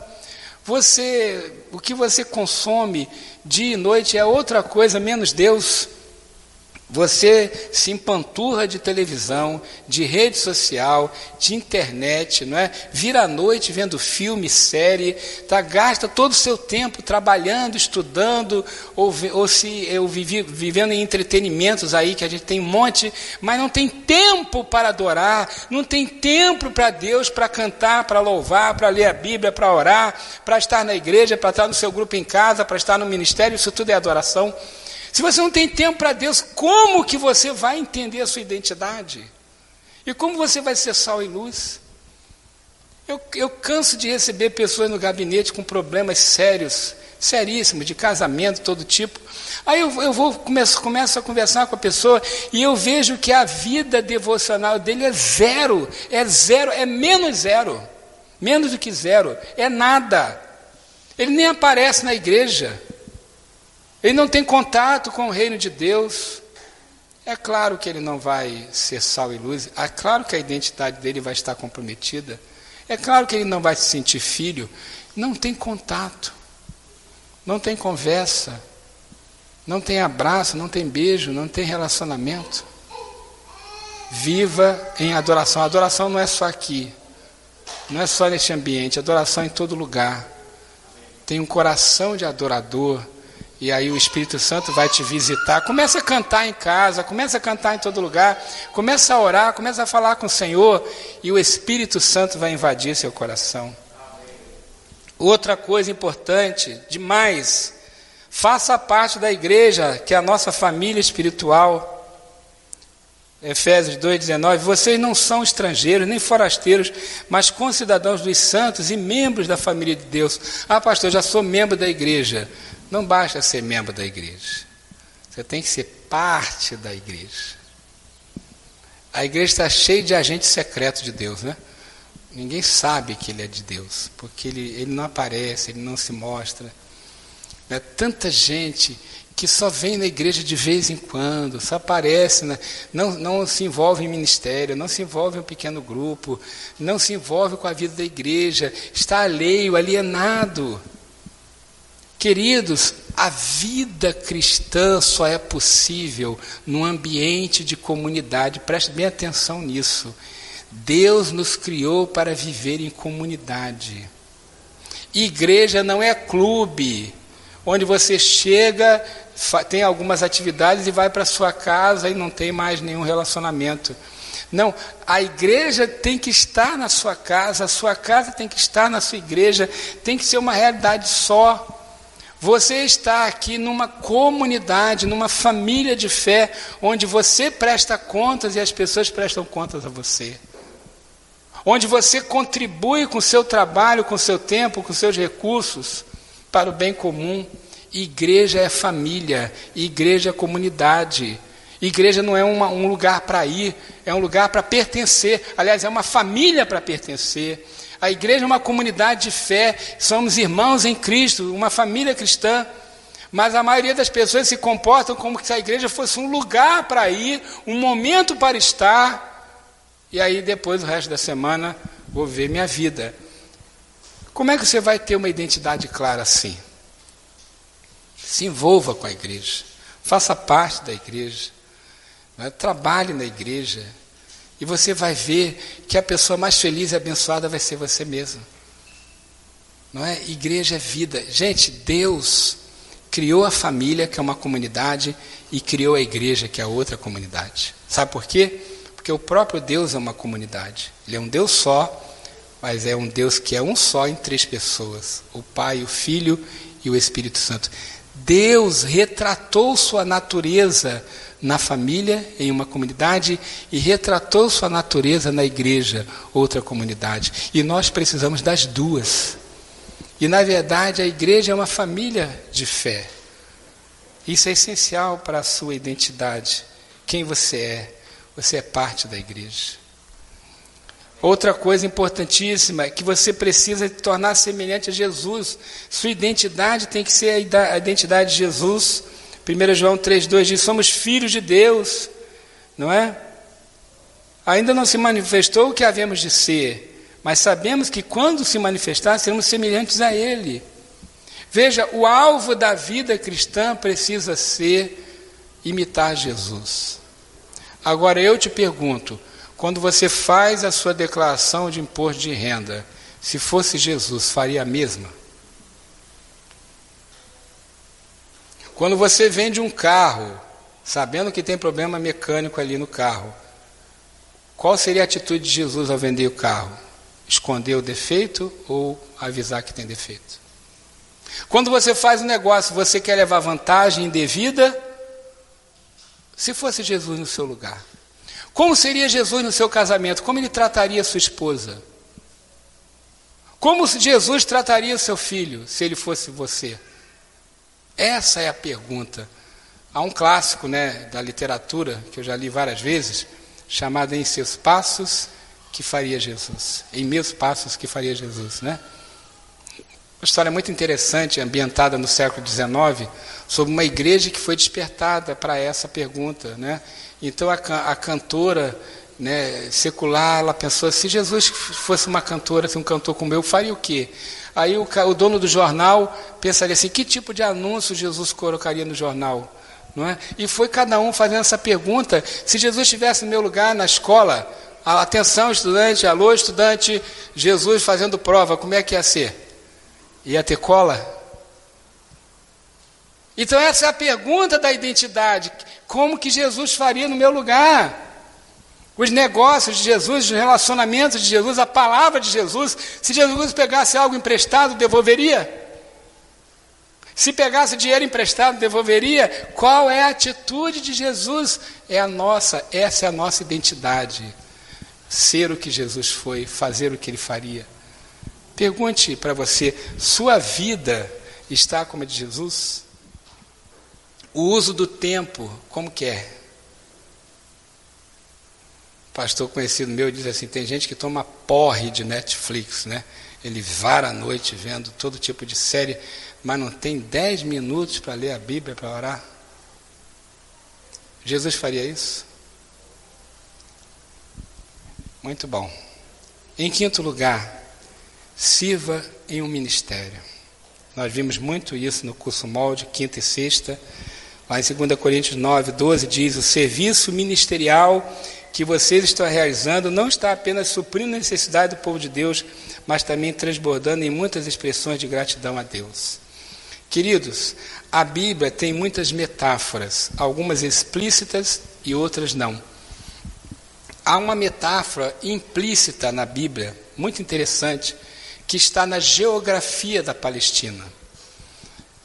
o que você consome dia e noite é outra coisa menos Deus. Você se empanturra de televisão, de rede social, de internet, não é? Vira à noite vendo filme, série, tá? Gasta todo o seu tempo trabalhando, estudando, vivendo em entretenimentos aí, que a gente tem um monte, mas não tem tempo para adorar, não tem tempo para Deus, para cantar, para louvar, para ler a Bíblia, para orar, para estar na igreja, para estar no seu grupo em casa, para estar no ministério. Isso tudo é adoração. Se você não tem tempo para Deus, como que você vai entender a sua identidade? E como você vai ser sal e luz? Eu canso de receber pessoas no gabinete com problemas sérios, seríssimos, de casamento, todo tipo. Aí começo a conversar com a pessoa e eu vejo que a vida devocional dele é zero, é menos zero, menos do que zero, é nada. Ele nem aparece na igreja. Ele não tem contato com o reino de Deus. É claro que ele não vai ser sal e luz. É claro que a identidade dele vai estar comprometida. É claro que ele não vai se sentir filho. Não tem contato. Não tem conversa. Não tem abraço, não tem beijo, não tem relacionamento. Viva em adoração. A adoração não é só aqui. Não é só neste ambiente. A adoração é em todo lugar. Tem um coração de adorador. E aí o Espírito Santo vai te visitar. Começa a cantar em casa, começa a cantar em todo lugar, começa a orar, começa a falar com o Senhor, e o Espírito Santo vai invadir seu coração. Outra coisa importante, demais, faça parte da igreja, que é a nossa família espiritual. Efésios 2,19, vocês não são estrangeiros, nem forasteiros, mas concidadãos dos santos e membros da família de Deus. Ah, pastor, eu já sou membro da igreja. Não basta ser membro da igreja. Você tem que ser parte da igreja. A igreja está cheia de agentes secretos de Deus, né? Ninguém sabe que ele é de Deus, porque ele não aparece, ele não se mostra. É tanta gente que só vem na igreja de vez em quando, só aparece, né? Não se envolve em ministério, não se envolve em um pequeno grupo, não se envolve com a vida da igreja, está alheio, alienado. Queridos, a vida cristã só é possível num ambiente de comunidade. Preste bem atenção nisso. Deus nos criou para viver em comunidade. Igreja não é clube, onde você chega, tem algumas atividades e vai para sua casa e não tem mais nenhum relacionamento. Não, a igreja tem que estar na sua casa, a sua casa tem que estar na sua igreja, tem que ser uma realidade só. Você está aqui numa comunidade, numa família de fé, onde você presta contas e as pessoas prestam contas a você. Onde você contribui com o seu trabalho, com o seu tempo, com os seus recursos para o bem comum. Igreja é família, igreja é comunidade. Igreja não é um lugar para ir, é um lugar para pertencer. Aliás, é uma família para pertencer. A igreja é uma comunidade de fé, somos irmãos em Cristo, uma família cristã. Mas a maioria das pessoas se comportam como se a igreja fosse um lugar para ir, um momento para estar. E aí depois, o resto da semana, vou ver minha vida. Como é que você vai ter uma identidade clara assim? Se envolva com a igreja, faça parte da igreja, trabalhe na igreja, e você vai ver que a pessoa mais feliz e abençoada vai ser você mesmo. Não é? Igreja é vida. Gente, Deus criou a família, que é uma comunidade, e criou a igreja, que é outra comunidade. Sabe por quê? Porque o próprio Deus é uma comunidade. Ele é um Deus só, mas é um Deus que é um só em três pessoas: o Pai, o Filho e o Espírito Santo. Deus retratou sua natureza na família, em uma comunidade, e retratou sua natureza na igreja, outra comunidade. E nós precisamos das duas. E, na verdade, a igreja é uma família de fé. Isso é essencial para a sua identidade. Quem você é? Você é parte da igreja. Outra coisa importantíssima é que você precisa se tornar semelhante a Jesus. Sua identidade tem que ser a identidade de Jesus. 1 João 3,2 diz: somos filhos de Deus, não é? Ainda não se manifestou o que havemos de ser, mas sabemos que quando se manifestar, seremos semelhantes a Ele. Veja, o alvo da vida cristã precisa ser imitar Jesus. Agora eu te pergunto, quando você faz a sua declaração de imposto de renda, se fosse Jesus, faria a mesma? Quando você vende um carro, sabendo que tem problema mecânico ali no carro, qual seria a atitude de Jesus ao vender o carro? Esconder o defeito ou avisar que tem defeito? Quando você faz um negócio, você quer levar vantagem indevida? Se fosse Jesus no seu lugar, como seria Jesus no seu casamento? Como ele trataria sua esposa? Como Jesus trataria o seu filho, se ele fosse você? Essa é a pergunta. Há um clássico, da literatura, que eu já li várias vezes, chamado Em Seus Passos que Faria Jesus. Em Meus Passos que Faria Jesus, Uma história muito interessante, ambientada no século XIX, sobre uma igreja que foi despertada para essa pergunta, Então a cantora secular, ela pensou: se Jesus fosse uma cantora, um cantor como eu, faria o quê? Aí o dono do jornal pensaria assim: que tipo de anúncio Jesus colocaria no jornal? Não é? E foi cada um fazendo essa pergunta. Se Jesus estivesse no meu lugar na escola, atenção estudante, alô estudante, Jesus fazendo prova, como é que ia ser? Ia ter cola? Então essa é a pergunta da identidade: como que Jesus faria no meu lugar? Os negócios de Jesus, os relacionamentos de Jesus, a palavra de Jesus. Se Jesus pegasse algo emprestado, devolveria? Se pegasse dinheiro emprestado, devolveria? Qual é a atitude de Jesus? Essa é a nossa identidade. Ser o que Jesus foi, fazer o que Ele faria. Pergunte para você: sua vida está como a de Jesus? O uso do tempo, como que é? Pastor conhecido meu diz assim: tem gente que toma porre de Netflix, Ele vara a noite vendo todo tipo de série, mas não tem 10 minutos para ler a Bíblia, para orar. Jesus faria isso? Muito bom. Em quinto lugar, sirva em um ministério. Nós vimos muito isso no curso Molde, quinta e sexta. Lá em 2 Coríntios 9:12 diz: o serviço ministerial que vocês estão realizando não está apenas suprindo a necessidade do povo de Deus, mas também transbordando em muitas expressões de gratidão a Deus. Queridos, a Bíblia tem muitas metáforas, algumas explícitas e outras não. Há uma metáfora implícita na Bíblia, muito interessante, que está na geografia da Palestina.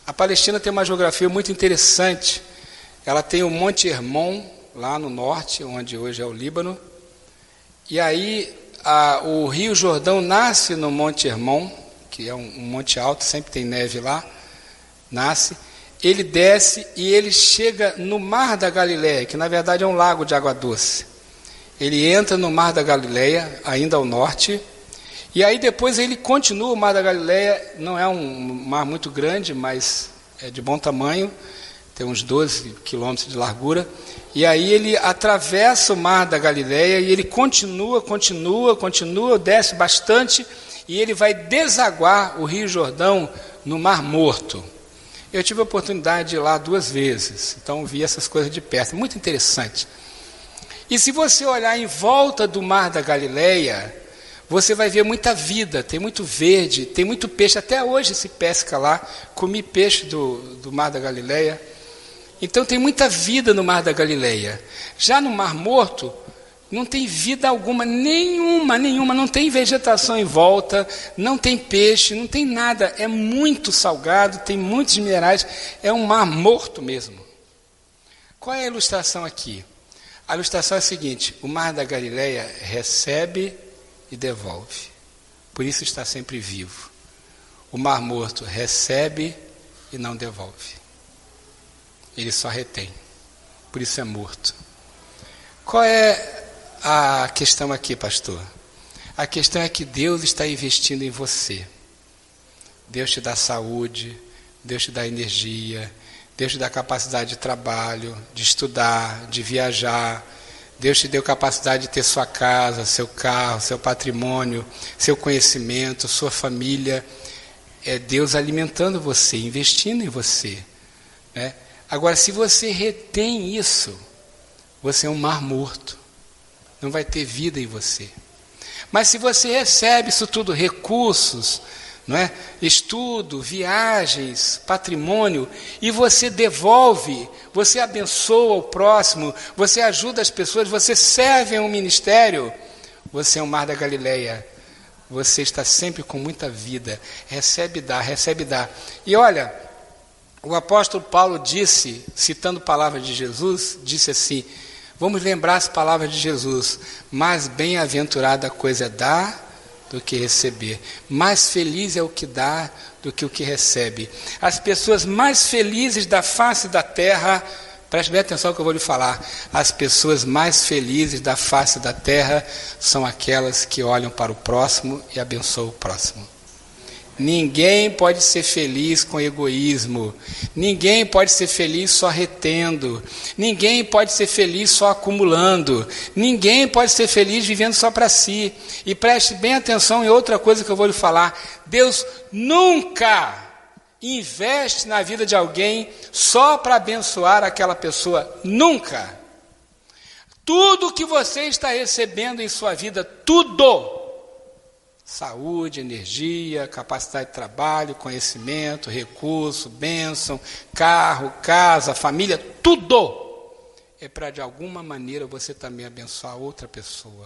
A Palestina tem uma geografia muito interessante. Ela tem o Monte Hermon, lá no norte, onde hoje é o Líbano. E aí o Rio Jordão nasce no Monte Hermon, que é um monte alto, sempre tem neve lá, nasce. Ele desce e ele chega no Mar da Galileia, que na verdade é um lago de água doce. Ele entra no Mar da Galileia, ainda ao norte, e aí depois ele continua. O Mar da Galileia não é um mar muito grande, mas é de bom tamanho, tem uns 12 quilômetros de largura, e aí ele atravessa o Mar da Galileia e ele continua, desce bastante, e ele vai desaguar o Rio Jordão no Mar Morto. Eu tive a oportunidade de ir lá 2 vezes, então vi essas coisas de perto, muito interessante. E se você olhar em volta do Mar da Galileia, você vai ver muita vida, tem muito verde, tem muito peixe, até hoje se pesca lá, comi peixe do Mar da Galileia. Então tem muita vida no Mar da Galileia. Já no Mar Morto, não tem vida alguma, nenhuma, não tem vegetação em volta, não tem peixe, não tem nada, é muito salgado, tem muitos minerais, é um mar morto mesmo. Qual é a ilustração aqui? A ilustração é a seguinte: o Mar da Galileia recebe e devolve, por isso está sempre vivo. O Mar Morto recebe e não devolve, ele só retém, por isso é morto. Qual é a questão aqui, pastor? A questão é que Deus está investindo em você. Deus te dá saúde, Deus te dá energia, Deus te dá capacidade de trabalho, de estudar, de viajar. Deus te deu capacidade de ter sua casa, seu carro, seu patrimônio, seu conhecimento, sua família. É Deus alimentando você, investindo em você, né? Agora, se você retém isso, você é um mar morto. Não vai ter vida em você. Mas se você recebe isso tudo, recursos, não é? Estudo, viagens, patrimônio, e você devolve, você abençoa o próximo, você ajuda as pessoas, você serve em um ministério, você é um Mar da Galileia. Você está sempre com muita vida. Recebe e dá, recebe e dá. E olha, o apóstolo Paulo disse, citando palavras de Jesus, disse assim: vamos lembrar as palavras de Jesus: mais bem-aventurada coisa é dar do que receber. Mais feliz é o que dá do que o que recebe. As pessoas mais felizes da face da terra, preste bem atenção que eu vou lhe falar, as pessoas mais felizes da face da terra são aquelas que olham para o próximo e abençoam o próximo. Ninguém pode ser feliz com egoísmo, ninguém pode ser feliz só retendo, ninguém pode ser feliz só acumulando, ninguém pode ser feliz vivendo só para si. E preste bem atenção em outra coisa que eu vou lhe falar: Deus nunca investe na vida de alguém só para abençoar aquela pessoa, nunca. Tudo que você está recebendo em sua vida, tudo, saúde, energia, capacidade de trabalho, conhecimento, recurso, bênção, carro, casa, família, tudo é para de alguma maneira você também abençoar outra pessoa.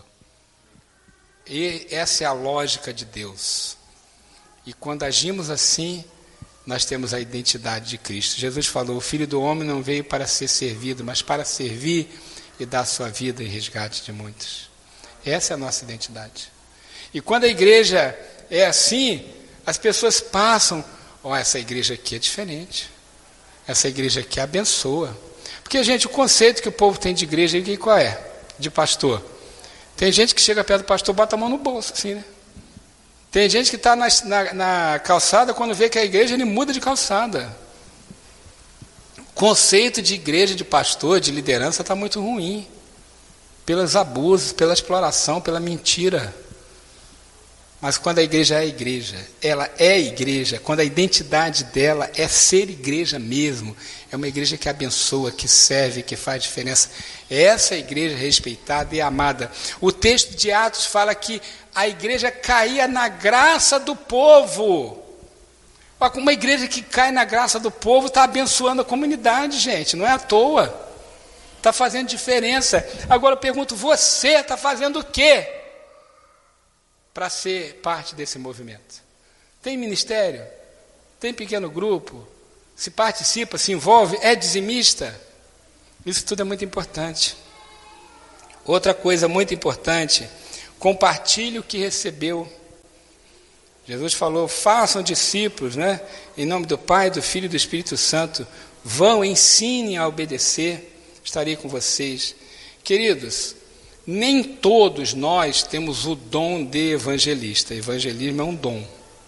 E essa é a lógica de Deus. E quando agimos assim, nós temos a identidade de Cristo. Jesus falou: o Filho do Homem não veio para ser servido, mas para servir e dar sua vida em resgate de muitos. Essa é a nossa identidade. E quando a igreja é assim, as pessoas passam: ó, essa igreja aqui é diferente, essa igreja aqui abençoa. Porque, gente, o conceito que o povo tem de igreja, qual é? De pastor. Tem gente que chega perto do pastor, bota a mão no bolso, assim, né? Tem gente que está na calçada, quando vê que é a igreja, ele muda de calçada. O conceito de igreja, de pastor, de liderança está muito ruim. Pelos abusos, pela exploração, pela mentira. Mas quando a igreja é igreja, ela é igreja, quando a identidade dela é ser igreja mesmo, é uma igreja que abençoa, que serve, que faz diferença. Essa é a igreja respeitada e amada. O texto de Atos fala que a igreja caía na graça do povo. Uma igreja que cai na graça do povo está abençoando a comunidade, gente, não é à toa. Está fazendo diferença. Agora eu pergunto: você está fazendo o quê para ser parte desse movimento? Tem ministério? Tem pequeno grupo? se participa, se envolve, é dizimista. Isso tudo é muito importante. Outra coisa muito importante, compartilhe o que recebeu. Jesus falou, façam discípulos, né? Em nome do Pai, do Filho e do Espírito Santo. Vão, ensinem a obedecer, estarei com vocês. Queridos, nem todos nós temos o dom de evangelista. Evangelismo é um dom.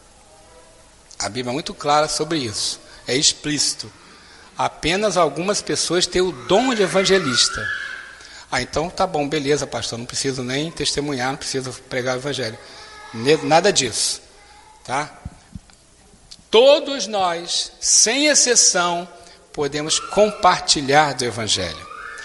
A Bíblia é muito clara sobre isso, é explícito. Apenas algumas pessoas têm o dom de evangelista. Então tá bom, beleza, pastor, não preciso nem testemunhar, não preciso pregar o evangelho. Nada disso. Tá? Todos nós, sem exceção, podemos compartilhar do evangelho.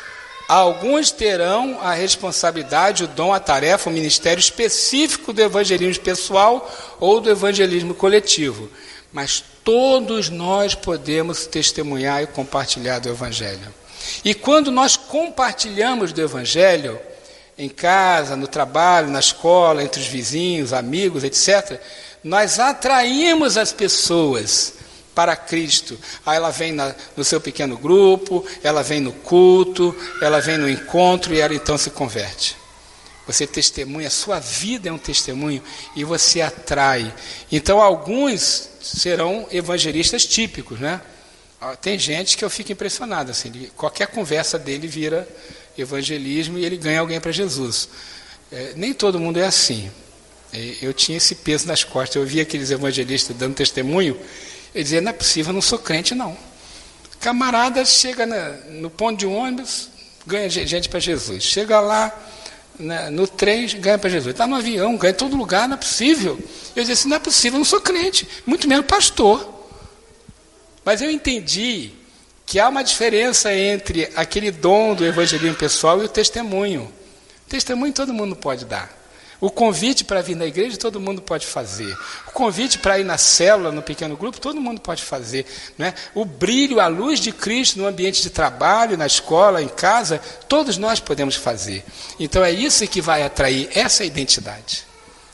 Alguns terão a responsabilidade, o dom, a tarefa, o ministério específico do evangelismo pessoal ou do evangelismo coletivo. Mas todos nós podemos testemunhar e compartilhar do evangelho. E quando nós compartilhamos do evangelho, em casa, no trabalho, na escola, entre os vizinhos, amigos, etc., nós atraímos as pessoas para Cristo. Aí ela vem no seu pequeno grupo, ela vem no culto, ela vem no encontro e ela então se converte. Você testemunha, a sua vida é um testemunho e você atrai. Então alguns serão evangelistas típicos, né? Tem gente que eu fico impressionado, assim, qualquer conversa dele vira evangelismo e ele ganha alguém para Jesus. Nem todo mundo é assim. Eu tinha esse peso nas costas, eu via aqueles evangelistas dando testemunho, eu dizia, não é possível, eu não sou crente não. Camarada chega no ponto de ônibus, ganha gente para Jesus. Chega lá no trem, ganha para Jesus. Está no avião, ganha em todo lugar, não é possível. Eu dizia assim, não é possível, eu não sou crente, muito menos pastor. Mas eu entendi que há uma diferença entre aquele dom do evangelismo pessoal e o testemunho. Testemunho todo mundo pode dar. O convite para vir na igreja todo mundo pode fazer. O convite para ir na célula, no pequeno grupo, todo mundo pode fazer. Né? O brilho, a luz de Cristo no ambiente de trabalho, na escola, em casa, todos nós podemos fazer. Então é isso que vai atrair essa identidade.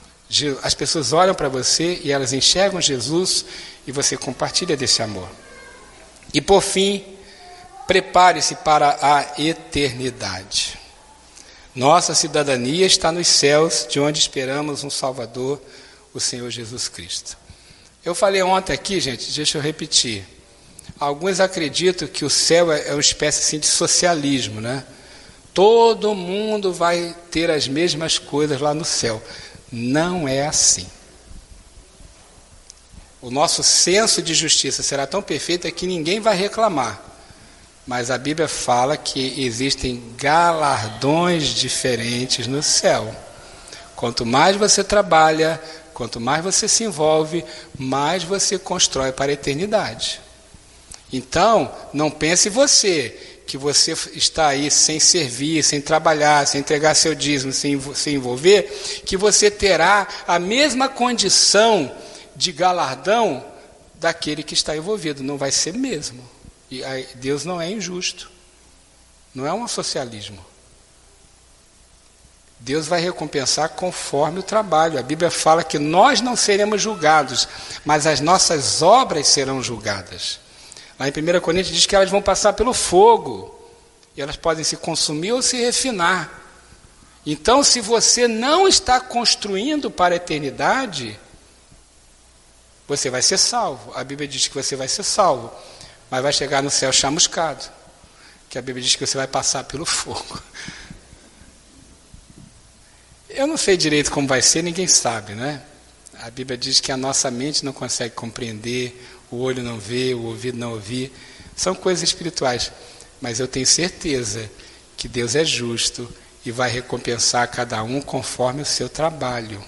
As pessoas olham para você e elas enxergam Jesus e você compartilha desse amor. E por fim, prepare-se para a eternidade. Nossa cidadania está nos céus, de onde esperamos um Salvador, o Senhor Jesus Cristo. Eu falei ontem aqui, gente, deixa eu repetir. Alguns acreditam que o céu é uma espécie assim, de socialismo, né? Todo mundo vai ter as mesmas coisas lá no céu. Não é assim. O nosso senso de justiça será tão perfeito que ninguém vai reclamar. Mas a Bíblia fala que existem galardões diferentes no céu. Quanto mais você trabalha, quanto mais você se envolve, mais você constrói para a eternidade. Então, não pense você, que você está aí sem servir, sem trabalhar, sem entregar seu dízimo, sem se envolver, que você terá a mesma condição de galardão daquele que está envolvido. Não vai ser mesmo. E Deus não é injusto, não é um socialismo. Deus vai recompensar conforme o trabalho. A Bíblia fala que nós não seremos julgados, mas as nossas obras serão julgadas. Lá em 1 Coríntios diz que elas vão passar pelo fogo, e elas podem se consumir ou se refinar. Então, se você não está construindo para a eternidade, você vai ser salvo. A Bíblia diz que você vai ser salvo, mas vai chegar no céu chamuscado, que a Bíblia diz que você vai passar pelo fogo. Eu não sei direito como vai ser, ninguém sabe, né? A Bíblia diz que a nossa mente não consegue compreender, o olho não vê, o ouvido não ouvir. São coisas espirituais, mas eu tenho certeza que Deus é justo e vai recompensar cada um conforme o seu trabalho.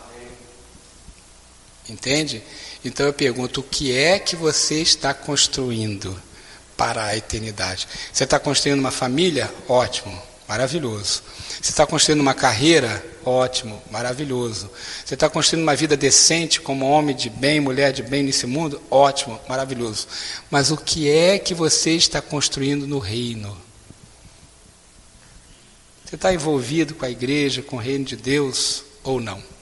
Entende? Então eu pergunto, o que é que você está construindo para a eternidade? Você está construindo uma família? Ótimo, maravilhoso. Você está construindo uma carreira? Ótimo, maravilhoso. Você está construindo uma vida decente como homem de bem, mulher de bem nesse mundo? Ótimo, maravilhoso. Mas o que é que você está construindo no reino? Você está envolvido com a igreja, com o reino de Deus ou não?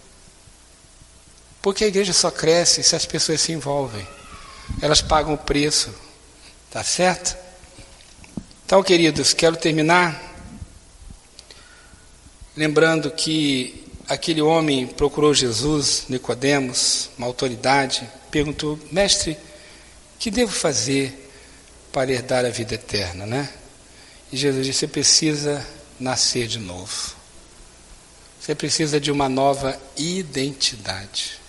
Porque a igreja só cresce se as pessoas se envolvem. Elas pagam o preço Tá certo? Então, queridos, quero terminar lembrando que aquele homem procurou Jesus, Nicodemos, uma autoridade, perguntou: mestre, que devo fazer para herdar a vida eterna, né? E Jesus disse: você precisa nascer de novo. Você precisa de uma nova identidade.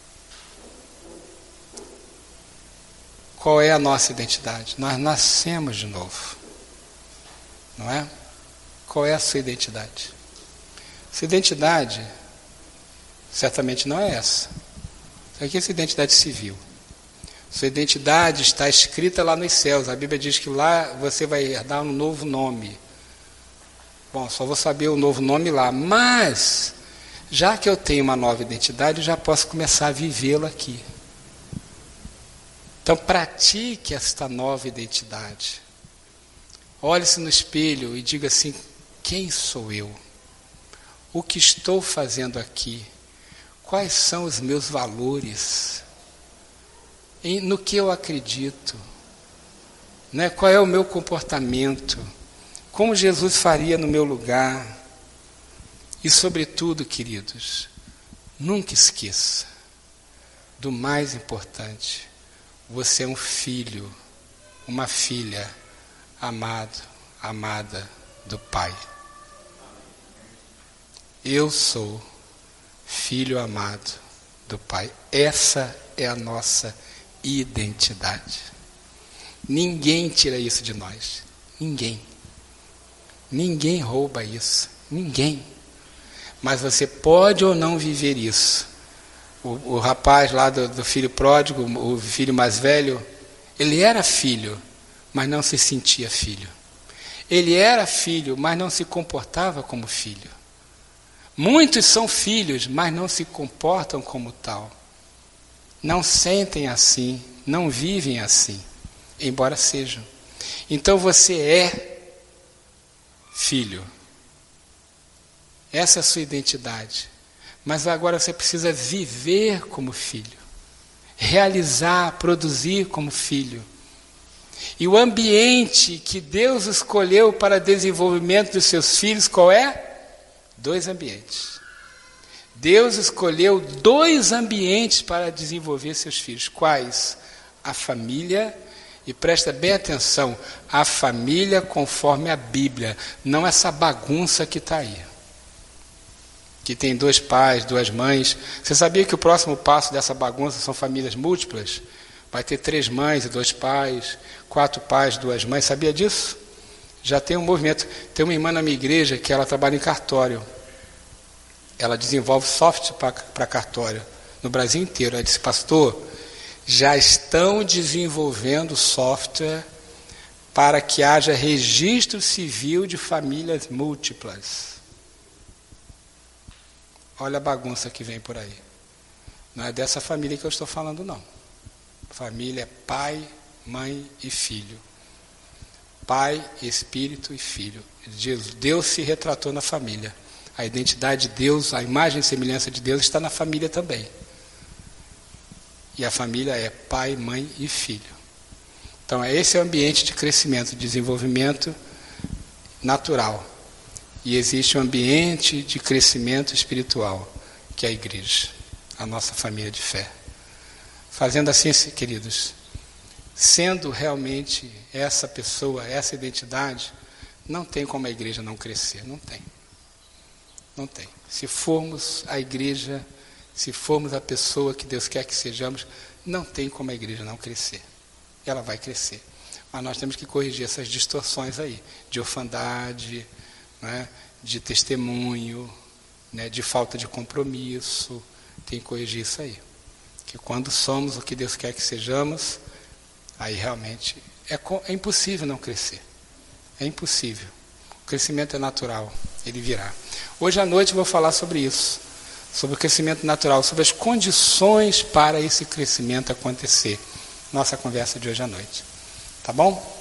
Qual é a nossa identidade? Nós nascemos de novo, não é? Qual é a sua identidade? Sua identidade certamente não é essa. Isso aqui é sua identidade civil. Sua identidade está escrita lá nos céus. A Bíblia diz que lá você vai herdar um novo nome. Bom, só vou saber o novo nome lá. Mas, já que eu tenho uma nova identidade, eu já posso começar a vivê-lo aqui. Então, pratique esta nova identidade. Olhe-se no espelho e diga assim: quem sou eu? O que estou fazendo aqui? Quais são os meus valores? No que eu acredito? Né? Qual é o meu comportamento? Como Jesus faria no meu lugar? E, sobretudo, queridos, nunca esqueça do mais importante. Você é um filho, uma filha, amado, amada do Pai. Eu sou filho amado do Pai. Essa é a nossa identidade. Ninguém tira isso de nós. Ninguém. Ninguém rouba isso. Ninguém. Mas você pode ou não viver isso. O rapaz lá do filho pródigo, o filho mais velho, ele era filho, mas não se sentia filho. Ele era filho, mas não se comportava como filho. Muitos são filhos, mas não se comportam como tal. Não sentem assim, não vivem assim, embora sejam. Então você é filho. Essa é a sua identidade. Mas agora você precisa viver como filho. Realizar, produzir como filho. E o ambiente que Deus escolheu para desenvolvimento dos seus filhos, qual é? 2 ambientes. Deus escolheu 2 ambientes para desenvolver seus filhos. Quais? A família, e presta bem atenção, a família conforme a Bíblia, não essa bagunça que está aí. Que tem 2 pais, 2 mães. Você sabia que o próximo passo dessa bagunça são famílias múltiplas? Vai ter 3 mães e 2 pais, 4 pais, 2 mães. Sabia disso? Já tem um movimento. Tem uma irmã na minha igreja que ela trabalha em cartório. Ela desenvolve software para cartório no Brasil inteiro. Ela disse: pastor, já estão desenvolvendo software para que haja registro civil de famílias múltiplas. Olha a bagunça que vem por aí. Não é dessa família que eu estou falando, não. Família é pai, mãe e filho. Pai, Espírito e Filho. Deus se retratou na família. A identidade de Deus, a imagem e semelhança de Deus está na família também. E a família é pai, mãe e filho. Então, esse é o ambiente de crescimento, de desenvolvimento natural. E existe um ambiente de crescimento espiritual, que é a igreja, a nossa família de fé. Fazendo assim, queridos, sendo realmente essa pessoa, essa identidade, não tem como a igreja não crescer, não tem. Não tem. Se formos a igreja, se formos a pessoa que Deus quer que sejamos, não tem como a igreja não crescer. Ela vai crescer. Mas nós temos que corrigir essas distorções aí, de orfandade, né, de testemunho, né, de falta de compromisso. Tem que corrigir isso aí. Que quando somos o que Deus quer que sejamos, aí realmente é impossível não crescer. É impossível. O crescimento é natural, ele virá. Hoje à noite eu vou falar sobre isso, sobre o crescimento natural, sobre as condições para esse crescimento acontecer. Nossa conversa de hoje à noite. Tá bom?